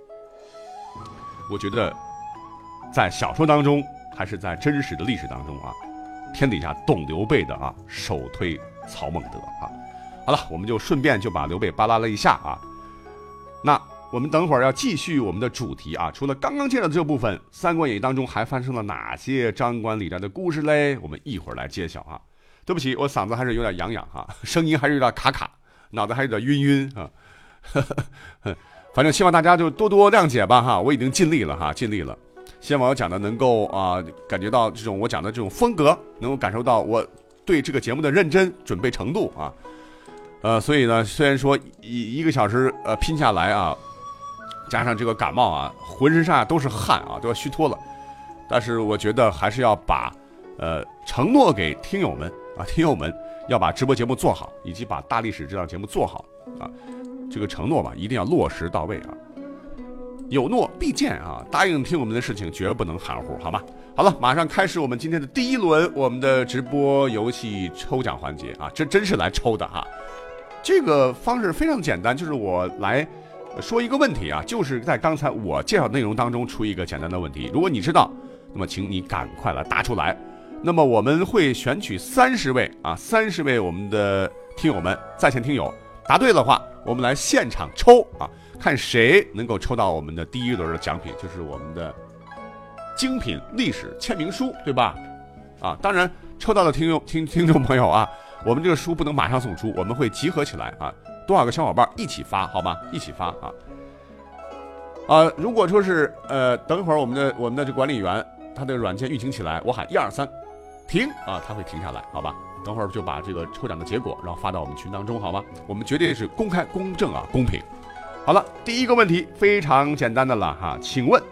我觉得，在小说当中，还是在真实的历史当中啊，天底下懂刘备的啊，首推曹孟德啊。好了，我们就顺便就把刘备扒拉了一下啊。那我们等会儿要继续我们的主题啊。除了刚刚介绍的这部分，《三国演义》当中还发生了哪些张冠李寨的故事嘞？我们一会儿来揭晓啊。对不起，我嗓子还是有点痒痒哈，声音还是有点卡卡，脑袋还有点晕晕啊。反正希望大家就多多谅解吧哈，我已经尽力了哈，尽力了。希望我讲的能够啊、呃，感觉到这种我讲的这种风格，能够感受到我对这个节目的认真准备程度啊。呃，所以呢，虽然说一一个小时呃拼下来啊，加上这个感冒啊，浑身上下都是汗啊，都要虚脱了，但是我觉得还是要把呃承诺给听友们啊，听友们要把直播节目做好，以及把大历史这档节目做好啊，这个承诺吧，一定要落实到位啊。有诺必见啊！答应听我们的事情绝不能含糊，好吗？好了，马上开始我们今天的第一轮我们的直播游戏抽奖环节啊！这真是来抽的哈！这个方式非常简单，就是我来说一个问题啊，就是在刚才我介绍内容当中出一个简单的问题，如果你知道，那么请你赶快来答出来。那么我们会选取三十位啊，三十位我们的听友们，在线听友答对的话，我们来现场抽啊。看谁能够抽到我们的第一轮的奖品，就是我们的精品历史签名书，对吧？啊，当然抽到的听众听听众朋友啊，我们这个书不能马上送出，我们会集合起来啊，多少个小伙伴一起发，好吗？一起发啊。啊，如果说是呃，等一会儿我们的我们的这管理员他的软件运行起来，我喊一二三，停啊，他会停下来，好吧？等会儿就把这个抽奖的结果，然后发到我们群当中，好吗？我们绝对是公开、公正啊，公平。好了，第一个问题非常简单的了哈，请问，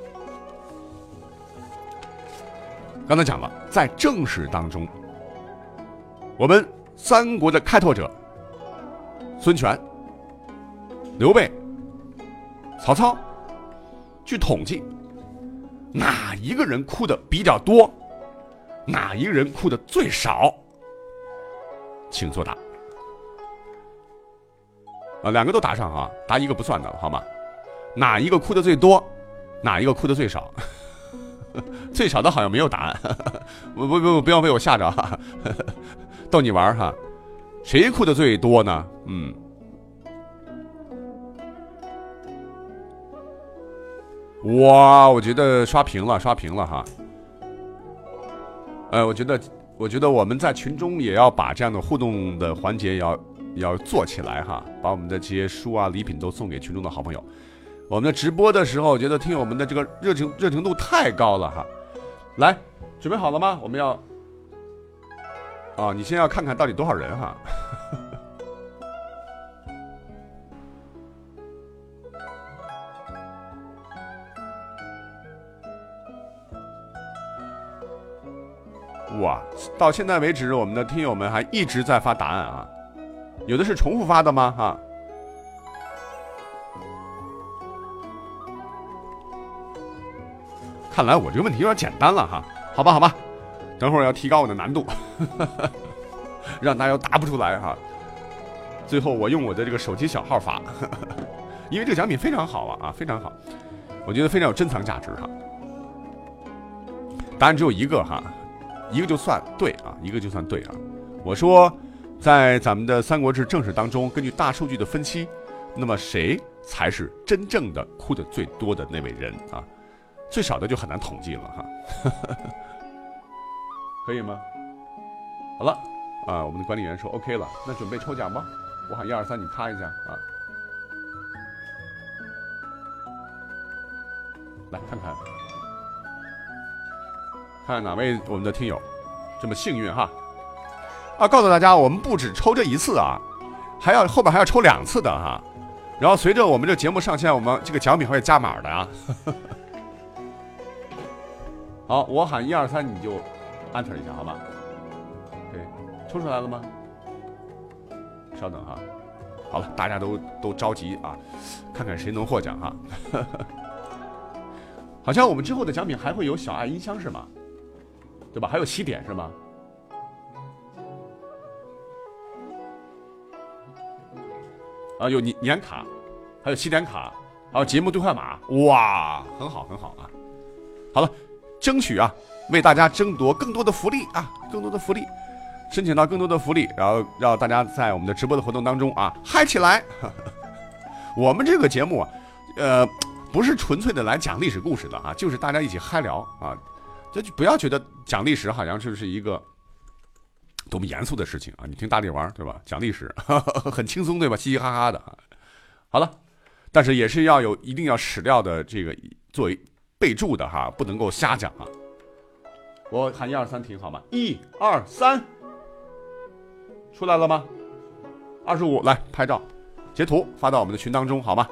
刚才讲了，在正史当中，我们三国的开拓者孙权、刘备、曹操，据统计，哪一个人哭的比较多？哪一个人哭的最少？请作答。啊，两个都答上啊，答一个不算的，好吗？哪一个哭的最多？哪一个哭的最少？最少的好像没有答案，不不不，不要被我吓着哈，逗你玩哈。谁哭的最多呢？嗯，哇，我觉得刷屏了，刷屏了哈。呃，我觉得，我觉得我们在群中也要把这样的互动的环节也要。要做起来哈，把我们的这些书啊、礼品都送给群众的好朋友。我们的直播的时候，我觉得听友们的这个热情热情度太高了哈。来，准备好了吗？我们要啊，你先要看看到底多少人哈。哇，到现在为止，我们的听友们还一直在发答案啊。有的是重复发的吗？哈，看来我这个问题有点简单了哈。好吧，好吧，等会儿要提高我的难度，让大家答不出来哈。最后我用我的这个手机小号发，因为这个奖品非常好啊啊，非常好，我觉得非常有珍藏价值哈。答案只有一个哈，一个就算对啊，一个就算对啊。我说。在咱们的《三国志》正史当中，根据大数据的分析，那么谁才是真正的哭的最多的那位人啊？最少的就很难统计了哈。可以吗？好了啊，我们的管理员说 OK 了，那准备抽奖吧。我喊一二三，你咔一下啊。来看看，看哪位我们的听友这么幸运哈。啊，告诉大家，我们不止抽这一次啊，还要后边还要抽两次的哈。然后随着我们这节目上线，我们这个奖品会加码的啊。好，我喊一二三，你就 answer 一下，好吧 ？OK， 抽出来了吗？稍等哈。 好了，大家都都着急啊，看看谁能获奖哈。好像我们之后的奖品还会有小爱音箱是吗？对吧？还有起点是吗？啊，有年年卡，还有起点卡，还有节目兑换码，哇，很好很好啊！好了，争取啊，为大家争夺更多的福利啊，更多的福利，申请到更多的福利，然后让大家在我们的直播的活动当中啊嗨起来。我们这个节目啊，呃，不是纯粹的来讲历史故事的啊，就是大家一起嗨聊啊，就不要觉得讲历史好像就是一个多么严肃的事情啊！你听大力丸对吧？讲历史呵呵很轻松对吧？嘻嘻哈哈的。好了，但是也是要有一定要史料的这个作为备注的哈，不能够瞎讲啊。我喊一二三停好吗？一二三，出来了吗？二十五，来拍照，截图发到我们的群当中好吗？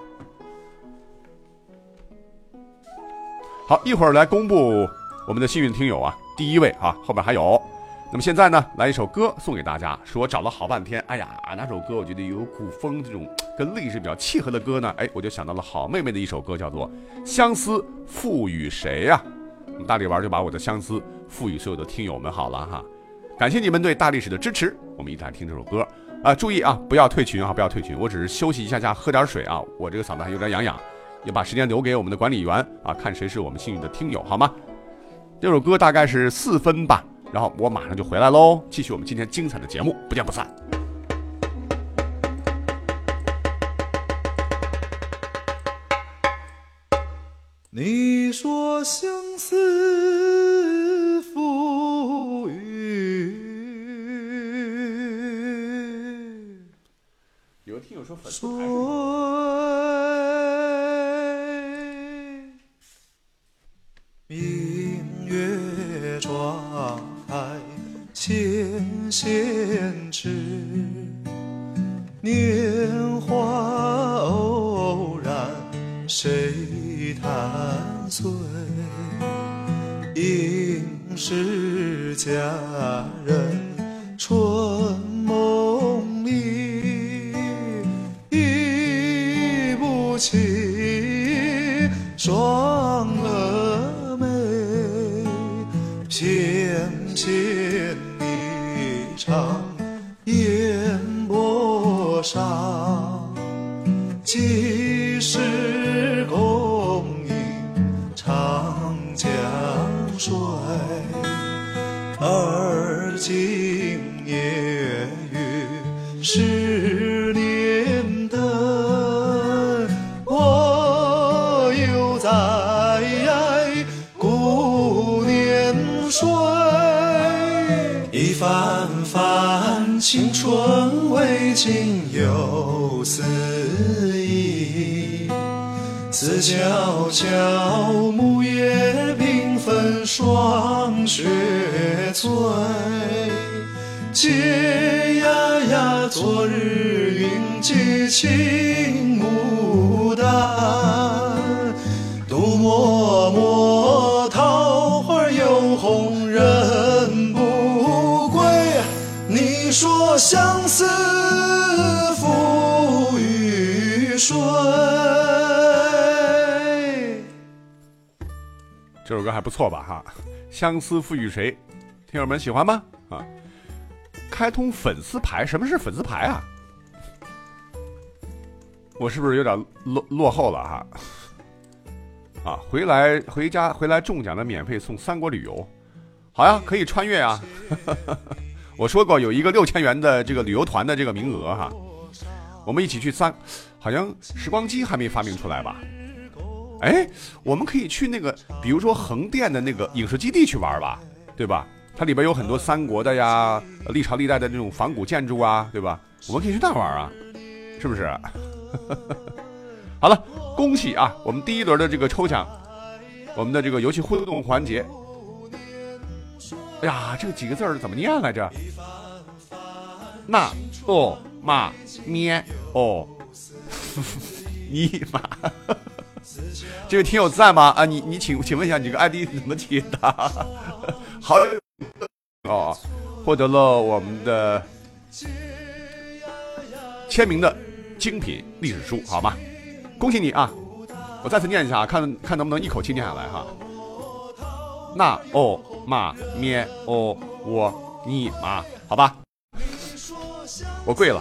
好，一会儿来公布我们的幸运听友啊，第一位啊，后边还有。那么现在呢，来一首歌送给大家，是我找了好半天，哎呀，哪首歌我觉得有古风这种跟历史比较契合的歌呢？哎，我就想到了好妹妹的一首歌，叫做《相思赋予谁》呀。那么大力丸就把我的相思赋予所有的听友们好了哈，感谢你们对大历史的支持，我们一起来听这首歌啊！注意啊，不要退群啊，不要退群，我只是休息一下下，喝点水啊，我这个嗓子还有点痒痒，也把时间留给我们的管理员啊，看谁是我们幸运的听友好吗？这首歌大概是四分吧。然后我马上就回来喽，继续我们今天精彩的节目，不见不散。 你说相思赋予， 有听友说粉丝水，明月窗台纤纤指，年华偶然谁弹碎？应是佳人春梦里，忆不起双蛾眉，翩翩一场烟波上，几时共饮长江水？而今夜雨十年灯，我又在顾年岁。一番番青春未尽又思忆，思悄悄木叶缤纷霜雪催，嗟呀呀昨日云髻青牡丹，独默默桃花又红人不归。你说相思赋予谁？ 这首歌还不错吧哈，相思赋予谁？听友们喜欢吗？啊，开通粉丝牌，什么是粉丝牌啊？我是不是有点落落后了哈？啊，回来回家回来中奖的免费送三国旅游，好呀，可以穿越啊。我说过有一个六千元的这个旅游团的这个名额哈，我们一起去三，好像时光机还没发明出来吧？哎，我们可以去那个，比如说横店的那个影视基地去玩吧，对吧？它里边有很多三国的呀，历朝历代的那种仿古建筑啊，对吧？我们可以去那玩啊，是不是？好了，恭喜啊！我们第一轮的这个抽奖，我们的这个游戏互动环节。哎呀，这几个字怎么念来着？那哦嘛咩哦，你妈！这位听友在吗？啊，你你请请问一下，你这个 I D 怎么起的？好哦，获得了我们的签名的精品历史书，好吗？恭喜你啊！我再次念一下，看看能不能一口气念下来哈。那哦嘛咩哦我你嘛，好吧，我跪了。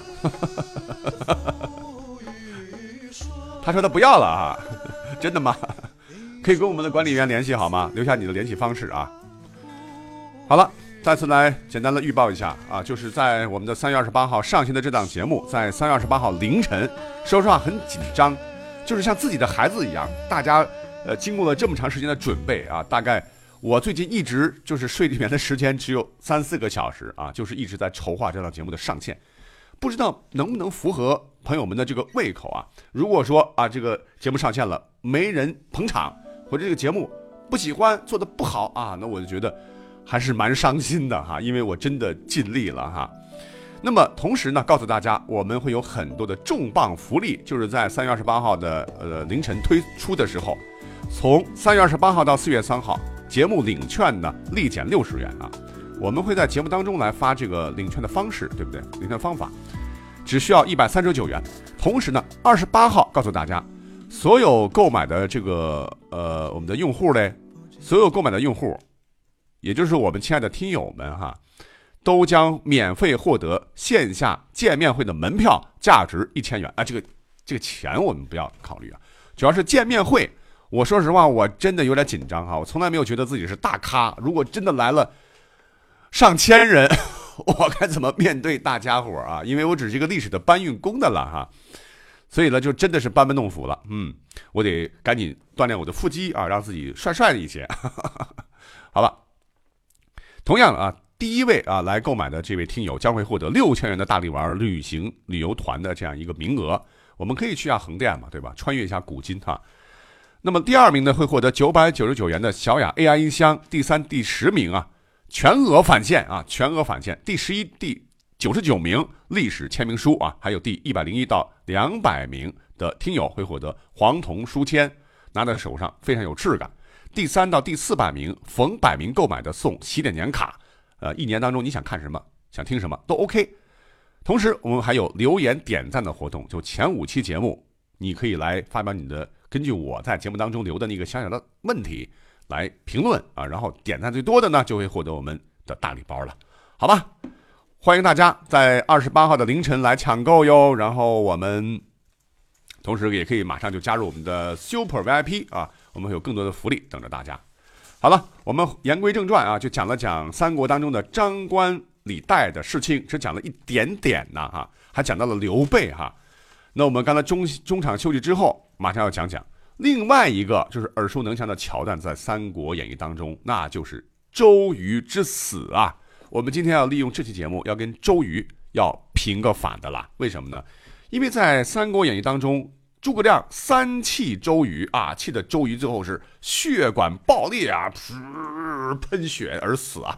他说他不要了啊，真的吗？可以跟我们的管理员联系好吗？留下你的联系方式啊。好了，再次来简单的预报一下啊，就是在我们的三月二十八号上线的这档节目，在三月二十八号凌晨，说实话很紧张，就是像自己的孩子一样，大家呃经过了这么长时间的准备啊，大概我最近一直就是睡里面的时间只有三四个小时啊，就是一直在筹划这档节目的上线，不知道能不能符合朋友们的这个胃口啊？如果说啊这个节目上线了没人捧场，或者这个节目不喜欢做的不好啊，那我就觉得还是蛮伤心的哈，因为我真的尽力了哈。那么同时呢，告诉大家我们会有很多的重磅福利，就是在三月二十八号的呃凌晨推出的时候，从三月二十八号到四月三号，节目领券呢立减六十元啊。我们会在节目当中来发这个领券的方式，对不对？领券方法只需要一百三十九元。同时呢，二十八号告诉大家，所有购买的这个呃我们的用户嘞，所有购买的用户，也就是我们亲爱的听友们哈，都将免费获得线下见面会的门票，价值一千元啊！这个这个钱我们不要考虑啊，主要是见面会。我说实话，我真的有点紧张哈，我从来没有觉得自己是大咖。如果真的来了上千人，我该怎么面对大家伙啊？因为我只是一个历史的搬运工的了哈，所以呢，就真的是班门弄斧了。嗯，我得赶紧锻炼我的腹肌啊，让自己帅帅的一些。好吧，同样啊。第一位啊来购买的这位听友将会获得六千元的大力丸旅行旅游团的这样一个名额，我们可以去下横店嘛，对吧？穿越一下古今哈。那么第二名呢会获得九百九十九元的小雅 A I 音箱，第三、第十名啊全额返现啊，全额返现。第十一、第九十九名历史签名书啊，还有第一百零一到两百名的听友会获得黄铜书签，拿在手上非常有质感。第三到第四百名逢百名购买的送洗点年卡。呃，一年当中你想看什么，想听什么都 OK。同时，我们还有留言点赞的活动，就前五期节目，你可以来发表你的，根据我在节目当中留的那个小小的问题来评论啊，然后点赞最多的呢，就会获得我们的大礼包了，好吧？欢迎大家在二十八号的凌晨来抢购哟。然后我们同时也可以马上就加入我们的 Super V I P 啊，我们会有更多的福利等着大家。好了，我们言归正传啊，就讲了讲三国当中的张冠李戴的事情，只讲了一点点呢哈，还讲到了刘备哈。那我们刚才中中场休息之后，马上要讲讲另外一个就是耳熟能详的桥段，在《三国演义》当中，那就是周瑜之死啊。我们今天要利用这期节目，要跟周瑜要平个反的啦。为什么呢？因为在《三国演义》当中，诸葛亮三气周瑜啊，气得周瑜最后是血管爆裂啊，喷血而死啊。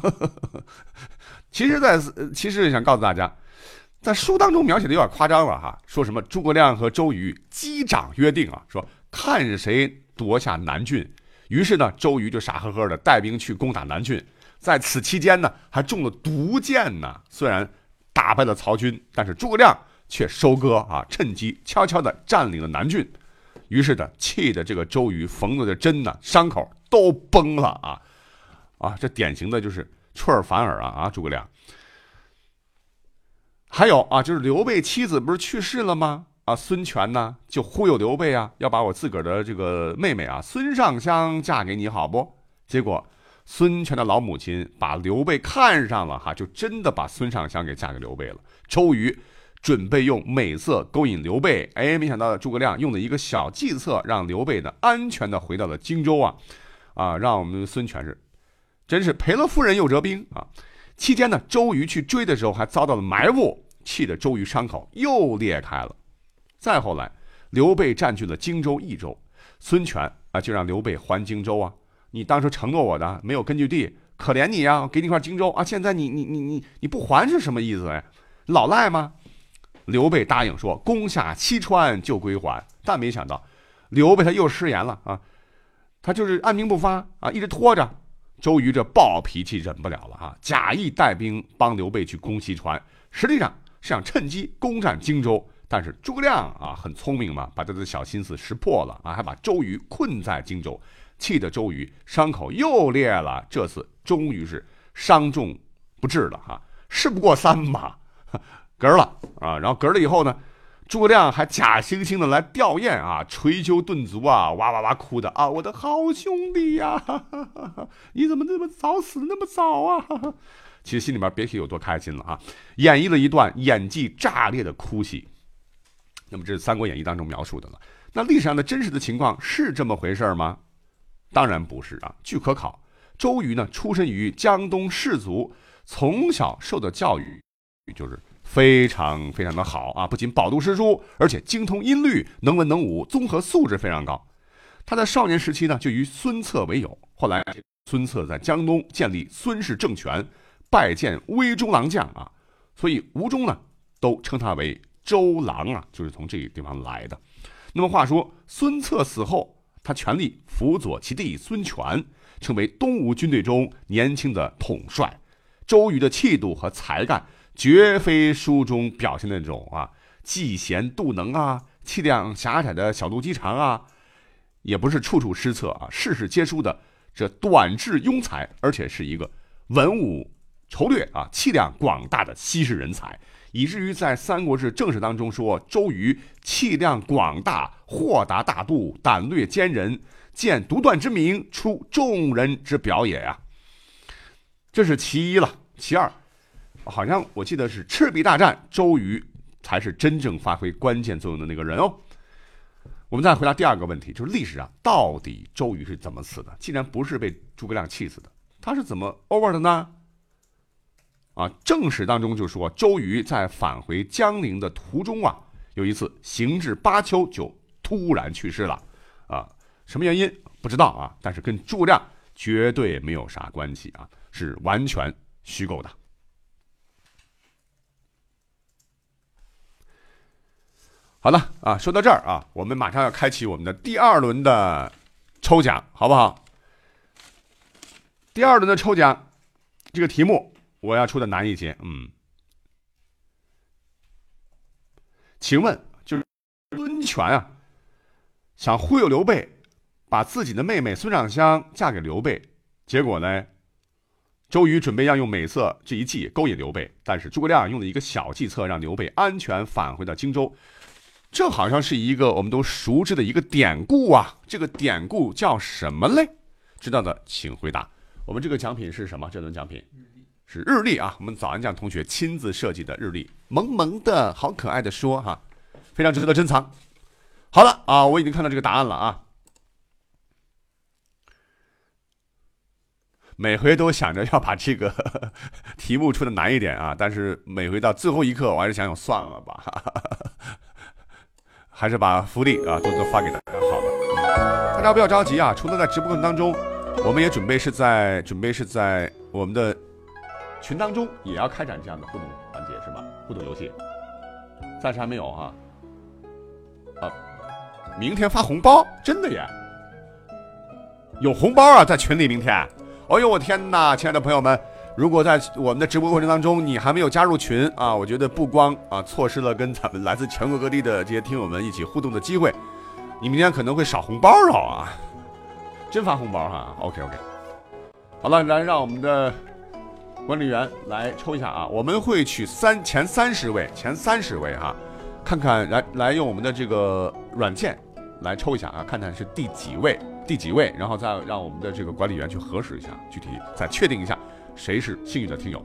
其实在，在其实想告诉大家，在书当中描写的有点夸张了哈，说什么诸葛亮和周瑜击掌约定啊，说看谁夺下南郡。于是呢，周瑜就傻呵呵的带兵去攻打南郡，在此期间呢，还中了毒箭呢。虽然打败了曹军，但是诸葛亮却收割啊，趁机悄悄地占领了南郡。于是呢，气的这个周瑜缝的针呢，伤口都崩了啊啊！这典型的就是出尔反尔啊啊！诸葛亮。还有啊，就是刘备妻子不是去世了吗？啊，孙权呢就忽悠刘备啊，要把我自个儿的这个妹妹啊孙尚香嫁给你好不？结果孙权的老母亲把刘备看上了哈，就真的把孙尚香给嫁给刘备了。周瑜准备用美色勾引刘备，哎，没想到诸葛亮用了一个小计策，让刘备呢安全的回到了荆州啊，啊，让我们孙权是真是赔了夫人又折兵啊。期间呢，周瑜去追的时候还遭到了埋伏，气得周瑜伤口又裂开了。再后来，刘备占据了荆州、益州，孙权啊就让刘备还荆州啊，你当初承诺我的没有根据地，可怜你呀、啊，我给你块荆州啊，现在你你你你你不还是什么意思哎？老赖吗？刘备答应说攻下西川就归还，但没想到刘备他又失言了啊，他就是按兵不发啊，一直拖着。周瑜这暴脾气忍不了了啊，假意带兵帮刘备去攻西川，实际上是想趁机攻占荆州， 但是诸葛亮啊很聪明嘛，把他的小心思识破了啊，还把周瑜困在荆州，气得周瑜伤口又裂了。这次终于是伤重不治了哈，事不过三嘛，嗝了啊。然后嗝了以后呢，诸葛亮还假惺惺的来吊唁啊，捶胸顿足啊，哇哇哇哭的啊，我的好兄弟呀、啊，你怎么那么早死那么早啊？其实心里面别提有多开心了啊！演绎了一段演技炸裂的哭戏。那么这是《三国演义》当中描述的了。那历史上的真实的情况是这么回事吗？当然不是啊。据可考，周瑜呢出身于江东士族，从小受的教育就是非常非常的好啊，不仅饱读诗书，而且精通音律，能文能武，综合素质非常高。他在少年时期呢就与孙策为友，后来孙策在江东建立孙氏政权，拜见威中郎将啊，所以吴中呢都称他为周郎啊，就是从这个地方来的。那么话说，孙策死后，他全力辅佐其弟孙权，成为东吴军队中年轻的统帅。周瑜的气度和才干，绝非书中表现的那种啊嫉贤妒能啊、气量狭窄的小肚鸡肠啊，也不是处处失策啊、事事皆输的这短智庸才，而且是一个文武筹略啊、气量广大的稀世人才，以至于在《三国志正史》当中说，周瑜气量广大，豁达大度，胆略坚韧，见独断之明，出众人之表也呀、啊。这是其一了。其二，好像我记得是赤壁大战，周瑜才是真正发挥关键作用的那个人哦。我们再回答第二个问题，就是历史上到底周瑜是怎么死的？既然不是被诸葛亮气死的，他是怎么 over 的呢？啊，正史当中就说，周瑜在返回江陵的途中啊，有一次行至巴丘就突然去世了。啊，什么原因不知道啊，但是跟诸葛亮绝对没有啥关系啊，是完全虚构的。好了啊，说到这儿啊，我们马上要开启我们的第二轮的抽奖，好不好？第二轮的抽奖，这个题目我要出的难一些，嗯，请问就是孙权啊，想忽悠刘备，把自己的妹妹孙尚香嫁给刘备，结果呢，周瑜准备要用美色这一计勾引刘备，但是诸葛亮用了一个小计策，让刘备安全返回到荆州。这好像是一个我们都熟知的一个典故啊，这个典故叫什么嘞？知道的请回答。我们这个奖品是什么？这轮奖品是日历啊，我们早安酱同学亲自设计的日历，萌萌的好可爱的说哈，非常值得珍藏。好了啊，我已经看到这个答案了啊。每回都想着要把这个呵呵题目出的难一点啊，但是每回到最后一刻，我还是想想算了吧，哈哈还是把福利啊都都发给大家好了。大家不要着急啊，除了在直播过程当中，我们也准备是在准备是在我们的群当中也要开展这样的互动环节，是吧？互动游戏暂时还没有哈、啊。啊，明天发红包，真的耶！有红包啊，在群里明天。哎呦我天哪，亲爱的朋友们，如果在我们的直播过程当中你还没有加入群啊，我觉得不光啊错失了跟咱们来自全国各地的这些听友们一起互动的机会，你明天可能会少红包少啊，真发红包哈。OK OK， 好了，来让我们的管理员来抽一下啊，我们会取三前三十位，前三十位哈，看看来来用我们的这个软件来抽一下啊，看看是第几位。第几位，然后再让我们的这个管理员去核实一下，具体再确定一下谁是幸运的听友。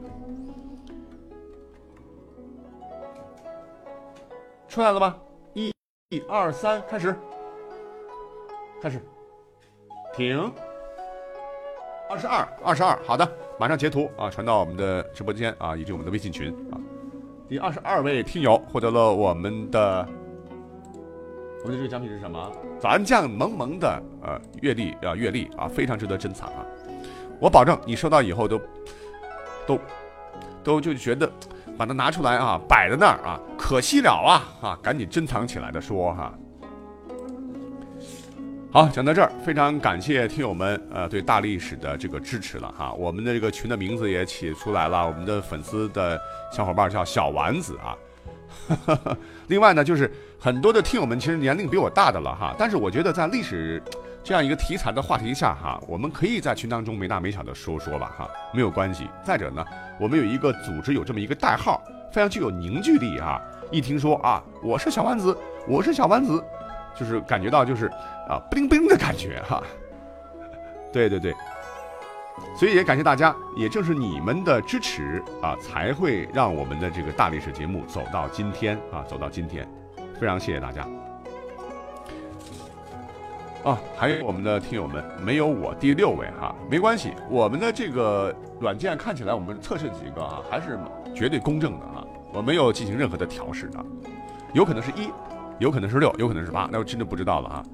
出来了吗？一、二、三，开始，开始，停。二十二，二十二，好的，马上截图啊，传到我们的直播间啊，以及我们的微信群啊。第二十二位听友获得了我们的。我们的这个奖品是什么？早安酱萌萌的呃阅历啊阅历啊，非常值得珍藏啊！我保证你收到以后都都都就觉得把它拿出来啊，摆在那儿啊，可惜了啊啊，赶紧珍藏起来的说哈。好，讲到这儿，非常感谢听友们呃对大历史的这个支持了哈。我们的这个群的名字也起出来了，我们的粉丝的小伙伴叫小丸子啊。 另外呢，就是很多的听友们其实年龄比我大的了哈，但是我觉得在历史这样一个题材的话题下哈，我们可以在群当中没大没小的说说吧哈，没有关系。再者呢，我们有一个组织有这么一个代号，非常具有凝聚力哈。一听说啊，我是小丸子，我是小丸子，就是感觉到就是啊不灵不灵的感觉哈。对对对，所以也感谢大家，也正是你们的支持啊，才会让我们的这个大历史节目走到今天啊，走到今天，非常谢谢大家。啊，还有我们的听友们，没有我第六位哈，没关系，我们的这个软件看起来我们测试几个啊，还是绝对公正的啊，我没有进行任何的调试的，有可能是一，有可能是六，有可能是八，那我真的不知道了啊。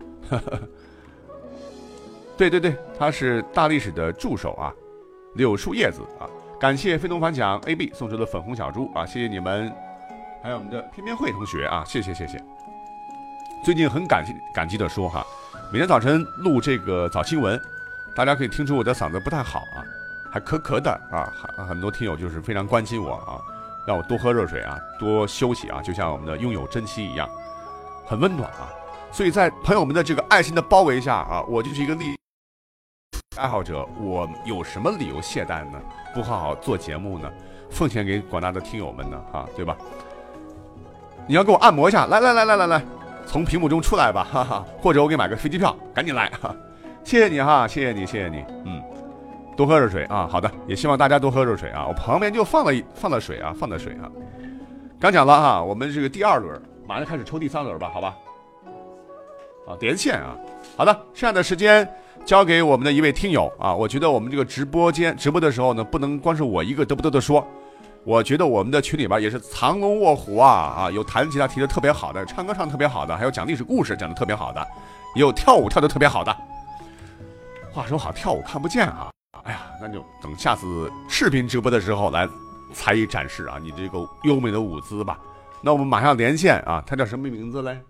对对对，他是大历史的助手啊，柳树叶子啊，感谢非同凡响 A B 送出的粉红小猪啊，谢谢你们，还有我们的翩翩慧同学啊，谢谢谢谢。最近很感激感激的说哈，每天早晨录这个早新闻，大家可以听出我的嗓子不太好啊，还咳咳的啊，很多听友就是非常关心我啊，让我多喝热水啊，多休息啊，就像我们的拥有珍惜一样，很温暖啊。所以在朋友们的这个爱心的包围下啊，我就是一个历爱好者，我有什么理由懈怠呢？不好好做节目呢？奉献给广大的听友们呢？哈，对吧？你要给我按摩一下，来来来来来来，从屏幕中出来吧，哈哈！或者我给买个飞机票，赶紧来哈！谢谢你哈，谢谢你，谢谢你，嗯，多喝热水啊。好的，也希望大家多喝热水啊。我旁边就放了放了水啊，放了水啊。刚讲了哈，我们这个第二轮马上开始抽第三轮吧，好吧？啊，连线啊。好的，剩下的时间交给我们的一位听友啊，我觉得我们这个直播间直播的时候呢，不能光是我一个嘚不嘚的说，我觉得我们的群里边也是藏龙卧虎啊啊，有弹吉他提的特别好的，唱歌唱的特别好的，还有讲历史故事讲的特别好的，也有跳舞跳的特别好的。话说好，跳舞看不见啊，哎呀，那就等下次视频直播的时候来才艺展示啊，你这个优美的舞姿吧。那我们马上连线啊，他叫什么名字嘞？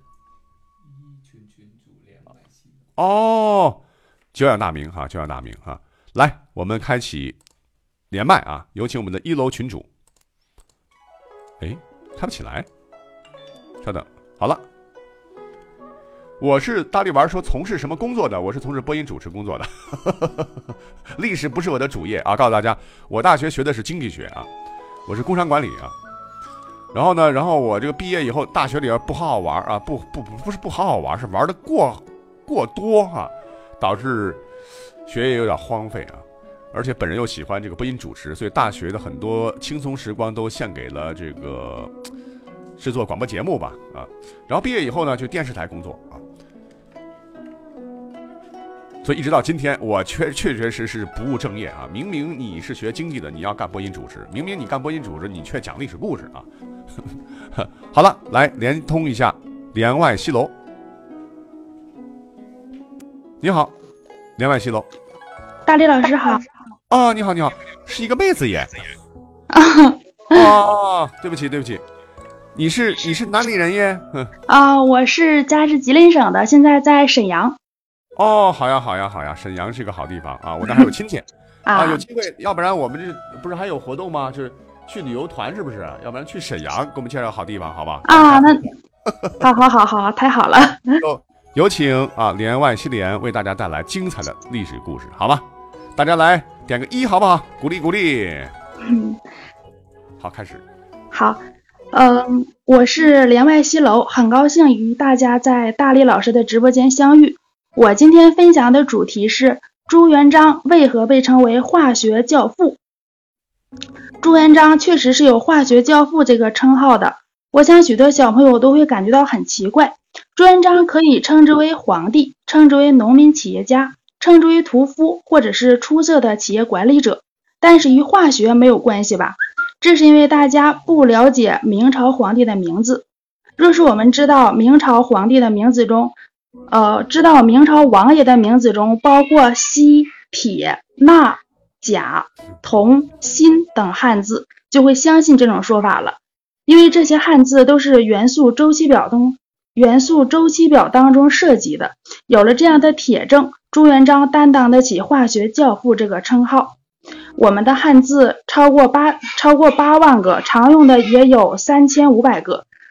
哦。久仰大名哈，久仰大名哈！来，我们开启连麦啊，有请我们的一楼群主。哎，开不起来，稍等，好了，我是大力丸说从事什么工作的？我是从事播音主持工作的，历史不是我的主业啊！告诉大家，我大学学的是经济学啊，我是工商管理啊。然后呢，然后我这个毕业以后，大学里边不好好玩啊，不不不不是不好好玩，是玩的过过多啊。导致学业有点荒废啊，而且本人又喜欢这个播音主持，所以大学的很多轻松时光都献给了这个制作广播节目吧啊。然后毕业以后呢，就电视台工作啊。所以一直到今天，我确确确实实不务正业啊。明明你是学经济的，你要干播音主持；明明你干播音主持，你却讲历史故事啊。好了，来连通一下连外西楼。你好，连外西楼。 大力老师好。 哦，你好，你好，是一个妹子耶。哦，对不起，对不起，你是你是哪里人耶？ 啊、呃，我是家是吉林省的，现在在沈阳。 哦，好呀，好呀，好呀，沈阳是个好地方啊，我那还有亲戚啊, 啊，有机会，要不然我们这不是还有活动吗？就是去旅游团是不是？要不然去沈阳给我们介绍好地方，好吧？ 啊，那好好好好，太好了。 有请啊，连外西连为大家带来精彩的历史故事，好吗？大家来点个一，好不好？鼓励鼓励。 嗯， 好，开始。 好，嗯、呃，我是连外西楼，很高兴与大家在大力老师的直播间相遇。我今天分享的主题是朱元璋为何被称为化学教父。朱元璋确实是有化学教父这个称号的，我想许多小朋友都会感觉到很奇怪。朱元璋可以称之为皇帝，称之为农民企业家，称之为屠夫，或者是出色的企业管理者，但是与化学没有关系吧？这是因为大家不了解明朝皇帝的名字。若是我们知道明朝皇帝的名字中，呃，知道明朝王爷的名字中包括锡、铁、钠、钾、铜、锌等汉字，就会相信这种说法了。因为这些汉字都是元素周期表中元素周期表当中涉及的，有了这样的铁证，朱元璋担当得起化学教父这个称号。我们的汉字超过八超过八万个，常用的也有三千五百个，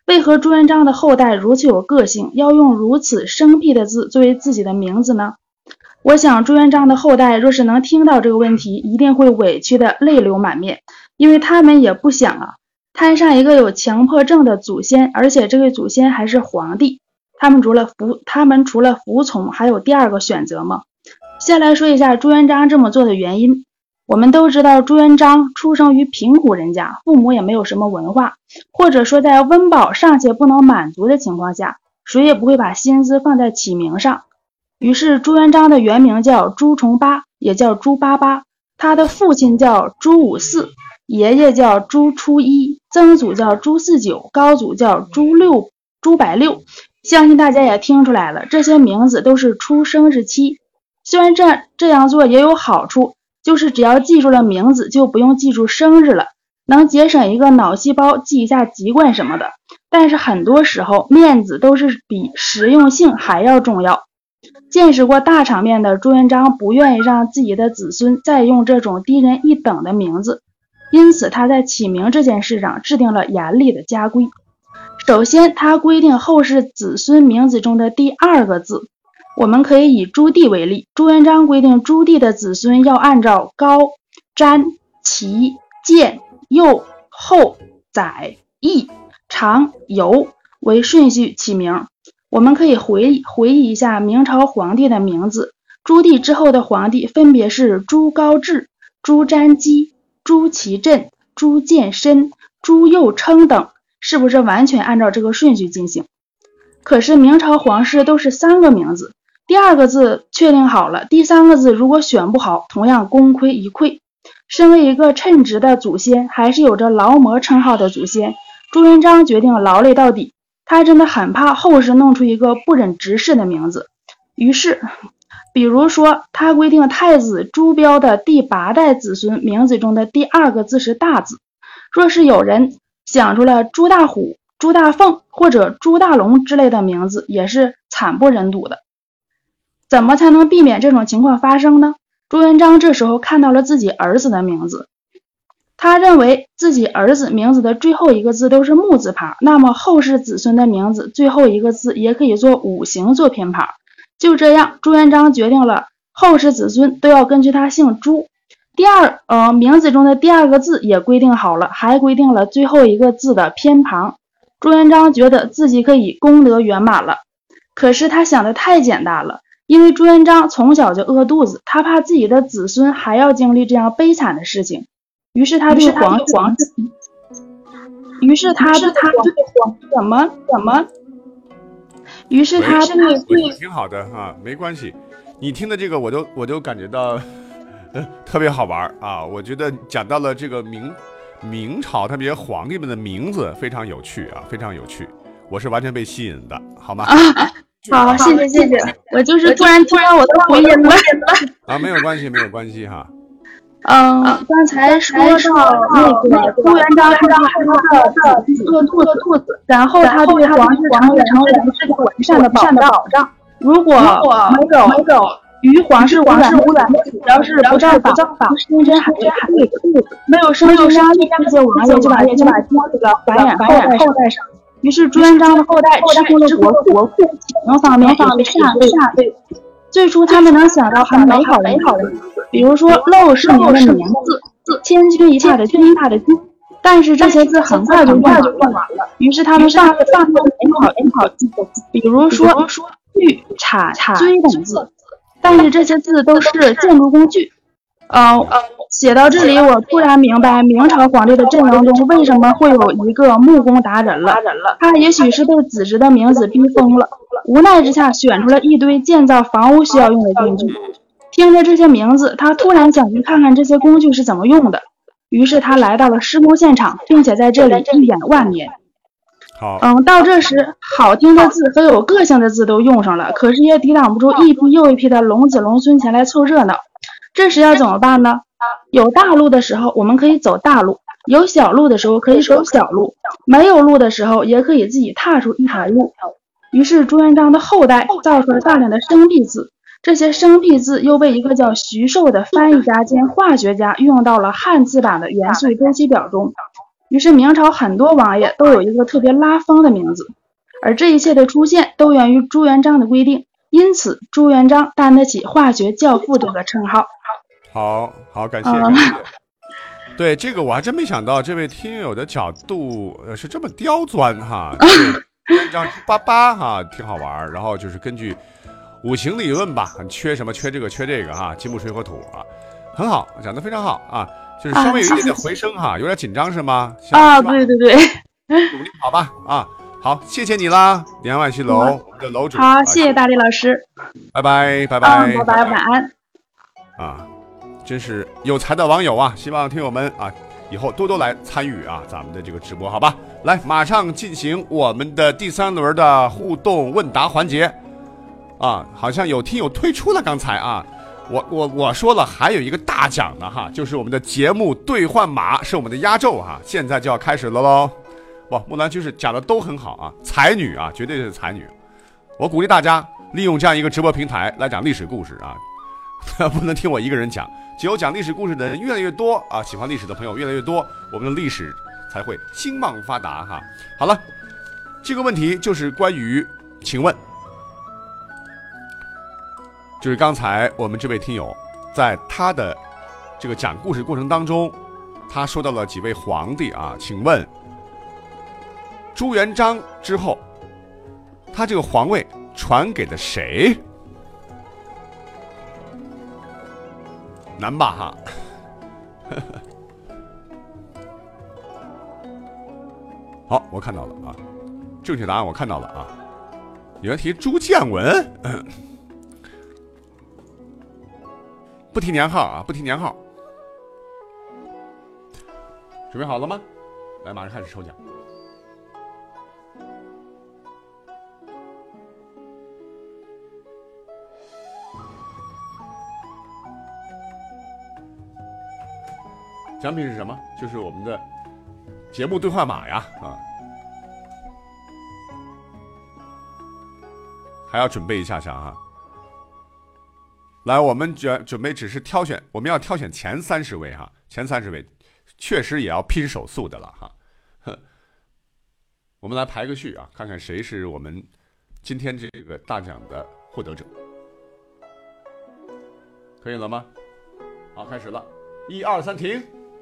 为何朱元璋的后代如此有个性，要用如此生僻的字作为自己的名字呢？我想朱元璋的后代若是能听到这个问题，一定会委屈的泪流满面，因为他们也不想啊，摊上一个有强迫症的祖先，而且这位祖先还是皇帝，他们除了服他们除了服从还有第二个选择吗？先来说一下朱元璋这么做的原因。我们都知道朱元璋出生于贫苦人家，父母也没有什么文化，或者说在温饱尚且不能满足的情况下，谁也不会把心思放在起名上。于是朱元璋的原名叫朱重八，也叫朱八八，他的父亲叫朱五四，爷爷叫朱初一，曾祖叫朱四九，高祖叫朱六朱百六。相信大家也听出来了，这些名字都是出生日期。虽然这这样做也有好处，就是只要记住了名字就不用记住生日了，能节省一个脑细胞记一下籍贯什么的。但是很多时候面子都是比实用性还要重要。见识过大场面的朱元璋不愿意让自己的子孙再用这种低人一等的名字，因此他在起名这件事上制定了严厉的家规。首先，他规定后世子孙名字中的第二个字，我们可以以朱棣为例，朱元璋规定朱棣的子孙要按照高、詹、齐、建、佑、后、载、义、长、游为顺序起名。我们可以回忆回忆一下明朝皇帝的名字，朱棣之后的皇帝分别是朱高炽、朱瞻基、朱祁镇、朱见深、朱佑称等，是不是完全按照这个顺序进行？可是明朝皇室都是三个名字，第二个字确定好了，第三个字如果选不好，同样功亏一篑。身为一个称职的祖先，还是有着劳模称号的祖先，朱元璋决定劳累到底。他真的很怕后世弄出一个不忍直视的名字，于是比如说他规定太子朱标的第八代子孙名字中的第二个字是大字，若是有人想出了朱大虎、朱大凤或者朱大龙之类的名字，也是惨不忍睹的。怎么才能避免这种情况发生呢？朱元璋这时候看到了自己儿子的名字，他认为自己儿子名字的最后一个字都是木字旁，那么后世子孙的名字最后一个字也可以做五行做偏旁。就这样，朱元璋决定了后世子孙都要根据他姓朱。第二，呃，名字中的第二个字也规定好了，还规定了最后一个字的偏旁。朱元璋觉得自己可以功德圆满了，可是他想的太简单了，因为朱元璋从小就饿肚子，他怕自己的子孙还要经历这样悲惨的事情。于是他对皇皇室，于是他对他对皇怎么怎么，于是他对对挺好的啊，没关系。你听的这个，我都我都感觉到、呃、特别好玩啊！我觉得讲到了这个明明朝他们这些皇帝们的名字非常有趣啊，非常有趣，我是完全被吸引的，好吗？ 啊，好，谢谢谢谢，我就是突然听到我的回音了啊，没有关系没有关系哈。 嗯，刚才说到那个朱元璋他的饿肚肚子，然后他对皇室成员成为是个完善的保障。如果没有没有与皇室无缘的，只要是不照法生真还是还对肚子，没有生就杀灭这些王爷，就把就把精力的繁衍后代后代上。于是朱元璋的后代吃空了国国库，启蒙方面也是下下对。最初他们能想到很美好的美好的名字，比如说陋室铭的名字，千钧一发的钧发的钧，但是这些字很快就用完了，于是他们放放过美好美好字，比如说玉、铲、锥等字，但是这些字都是建筑工具。呃，写到这里，我突然明白明朝皇帝的阵容中为什么会有一个木工达人了。他也许是被子侄的名字逼疯了，无奈之下选出了一堆建造房屋需要用的工具。听着这些名字，他突然想去看看这些工具是怎么用的。于是他来到了施工现场，并且在这里一眼万年。 好， 嗯，到这时，好听的字和有个性的字都用上了，可是也抵挡不住一批又一批的龙子龙孙前来凑热闹。这时要怎么办呢？有大路的时候我们可以走大路，有小路的时候可以走小路，没有路的时候也可以自己踏出一条路。于是朱元璋的后代造出了大量的生僻字，这些生僻字又被一个叫徐寿的翻译家兼化学家运用到了汉字版的元素周期表中。 于是明朝很多王爷都有一个特别拉风的名字，而这一切的出现都源于朱元璋的规定，因此朱元璋担得起化学教父这个称号。 好好，感谢感谢。对这个我还真没想到，这位听友的角度呃是这么刁钻哈，让八八哈挺好玩。然后就是根据五行理论吧，缺什么缺这个缺这个哈，金木水火土啊，很好，讲得非常好啊，就是稍微有一点点回声哈，有点紧张是吗？ 啊，对对对， 努力好吧啊，好，谢谢你啦，连外西楼我们的楼主。 好，谢谢大力老师， 拜拜拜拜、 嗯、拜拜，晚安。 啊。真是有才的网友啊！希望听友们啊，以后多多来参与啊咱们的这个直播，好吧？来，马上进行我们的第三轮的互动问答环节啊！好像有听友退出了，刚才啊，我我我说了，还有一个大奖呢哈，就是我们的节目兑换码是我们的压轴哈，现在就要开始了喽！哇，木兰居士讲的都很好啊，才女啊，绝对是才女！我鼓励大家利用这样一个直播平台来讲历史故事啊。不能听我一个人讲，只有讲历史故事的人越来越多啊，喜欢历史的朋友越来越多，我们的历史才会兴旺发达哈。好了，这个问题就是关于，请问，就是刚才我们这位听友在他的这个讲故事过程当中，他说到了几位皇帝啊，请问朱元璋之后，他这个皇位传给了谁？难吧哈，好，我看到了啊，正确答案我看到了啊。有人提朱建文，不提年号啊，不提年号。准备好了吗？来，马上开始抽奖。奖品是什么？就是我们的节目兑换码呀啊！还要准备一下下啊！来，我们准准备只是挑选，我们要挑选前三十位哈，前三十位确实也要拼手速的了哈。我们来排个序啊，看看谁是我们今天这个大奖的获得者。可以了吗？好，开始了，一二三，停。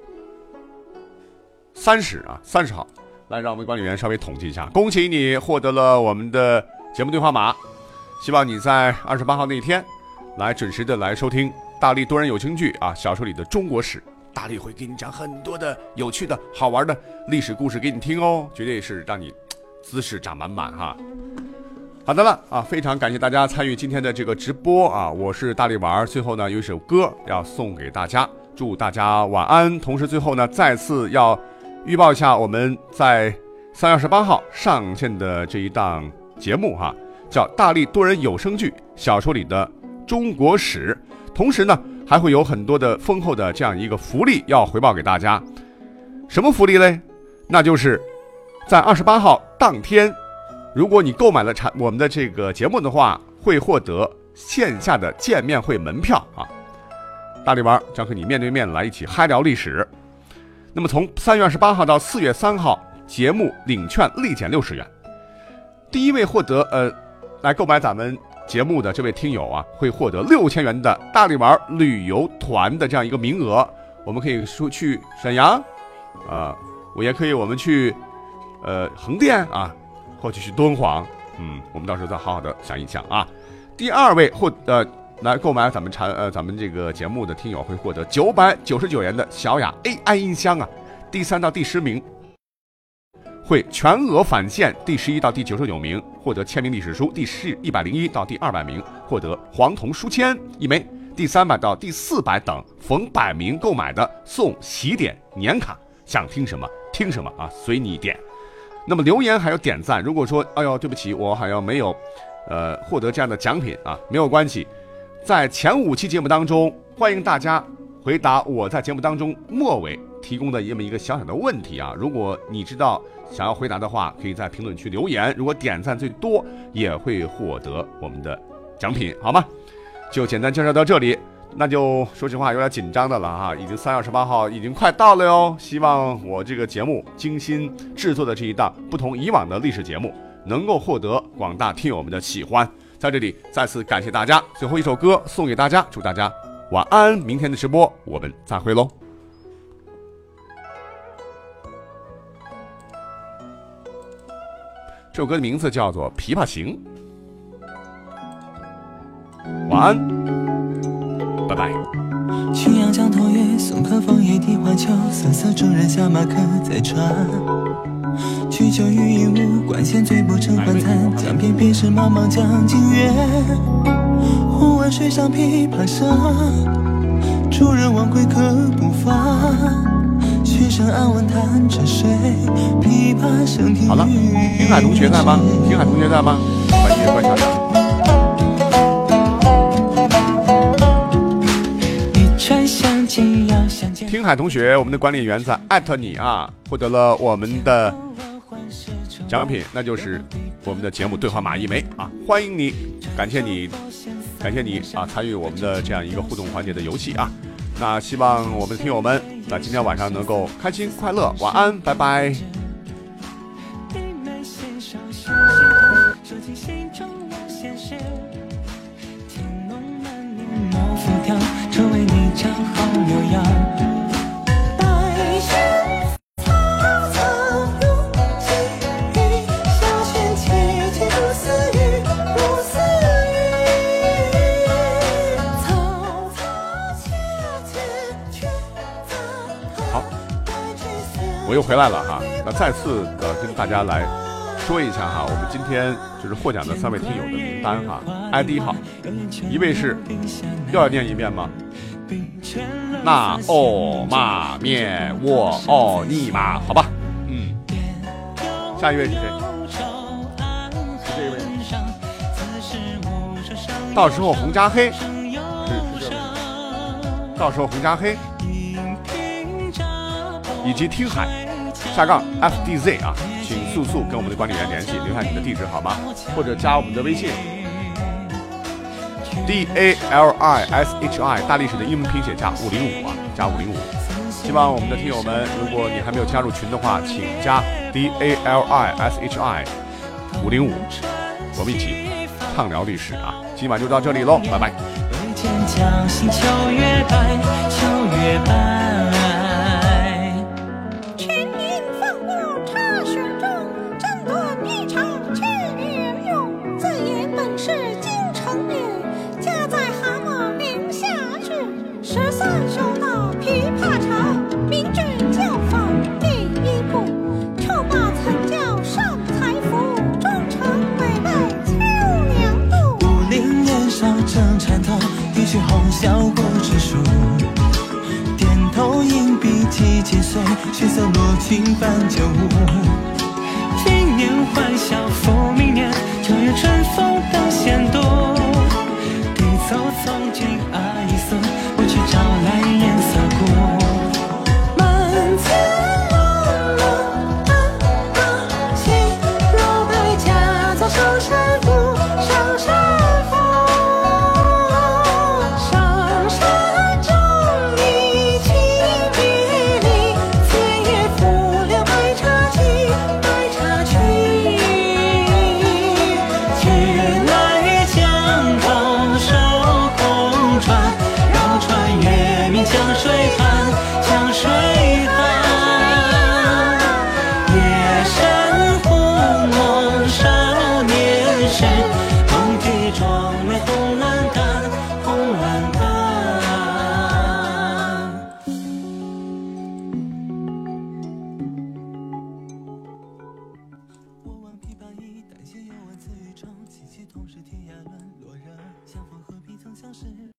三十啊，三十号，来，让我们管理员稍微统计一下。恭喜你获得了我们的节目兑换码，希望你在二十八号那一天来准时的来收听大力多人有声剧啊，小说里的中国史。大力会给你讲很多的有趣的好玩的历史故事给你听哦，绝对是让你知识长满满哈。好的了啊，非常感谢大家参与今天的这个直播啊，我是大力丸。最后呢，有一首歌要送给大家，祝大家晚安。同时最后呢，再次要预报一下我们在三月二十八号上线的这一档节目哈，叫大力多人有声剧小说里的中国史。同时呢，还会有很多的丰厚的这样一个福利要回报给大家。什么福利嘞？那就是在二十八号当天，如果你购买了产我们的这个节目的话，会获得线下的见面会门票啊。大力丸将和你面对面来一起嗨聊历史。那么从三月二十八号到四月三号，节目领券立减六十元。第一位获得呃来购买咱们节目的这位听友啊，会获得六千元的大力丸旅游团的这样一个名额。我们可以说去沈阳，啊、呃，我也可以我们去呃横店啊，或者去敦煌，嗯，我们到时候再好好的想一想啊。第二位获呃来购买咱们产呃咱们这个节目的听友会获得九百九十九元的小雅 A I 音箱啊。第三到第十名会全额返现，第十一到第九十九名获得签名历史书，第十一百零一到第二百名获得黄铜书签一枚，第三百到第四百等逢百名购买的送喜点年卡，想听什么听什么啊，随你点。那么留言还有点赞，如果说哎呦对不起我好像没有呃获得这样的奖品啊，没有关系，在前五期节目当中，欢迎大家回答我在节目当中末尾提供的这么一个小小的问题啊。如果你知道想要回答的话，可以在评论区留言，如果点赞最多也会获得我们的奖品，好吗？就简单介绍到这里。 那就说实话有点紧张的了哈，已经三月二十八号已经快到了哟。希望我这个节目精心制作的这一档不同以往的历史节目，能够获得广大听友们的喜欢。在这里再次感谢大家，最后一首歌送给大家，祝大家晚安，明天的直播我们再会喽。这首歌的名字叫做《琵琶行》，晚安，拜拜。 浔阳江头月，送客枫叶荻花秋，瑟瑟中人下马客在船。曲酒欲饮无，管弦醉不成欢惨。江边便是茫茫江浸月，忽闻水上琵琶声，主人忘归客不发。曲声暗问弹着谁？琵琶声听。 好了，听海同学在吗？听海同学在吗？关节关校长。听海同学，我们的管理员在艾特你啊，获得了我们的奖品，那就是我们的节目对话码一枚啊！欢迎你，感谢你，感谢你啊，参与我们的这样一个互动环节的游戏啊！那希望我们的听友们在今天晚上能够开心快乐，晚安，拜拜。 成为你站好模样。白雪草草如细雨，小轩萋萋如丝雨，如丝雨。草草萋萋却杂好，我又回来了哈。那再次的跟大家来说一下哈，我们今天就是获奖的三位听友的名单哈。I D 号，一位是又要念一遍吗？那哦嘛面我哦尼玛，好吧，嗯，下一位是谁？是这一位。到时候红加黑，是是这位。到时候红加黑，以及听海下杠 F D Z 啊，请速速跟我们的管理员联系，留下你的地址好吗？或者加我们的微信。D A L I S H I 大历史的英文拼写加五零五啊，加五零五。希望我们的听友们，如果你还没有加入群的话，请加 D A L I S H I 五零五，我们一起畅聊历史啊！今晚就到这里喽，拜拜。 群英放过茶水中，争夺一场去云涌。自言本是京城女。家在蛤蟆陵下去，十三首到琵琶场，明君教坊第一步。臭骂曾教上才服，忠诚违背秋娘渡。 武陵年少正缠头，一曲红绡不知数。点头硬币几千岁，血色落尽半九五。今年欢笑复明年，九月春风等闲度。走从军阿姨色，我去找来颜色故。满字茫茫暗马行，若百家早上山谷，上山峰，上山中一起别离，此夜负了白茶曲，白茶曲。却来江头收。江水畔，江水畔，夜深忽梦少年时，梦啼妆眉红阑珊，红阑珊。我望琵琶一担闲，又闻此语中，凄凄同是天涯沦落人，相逢何必曾相识。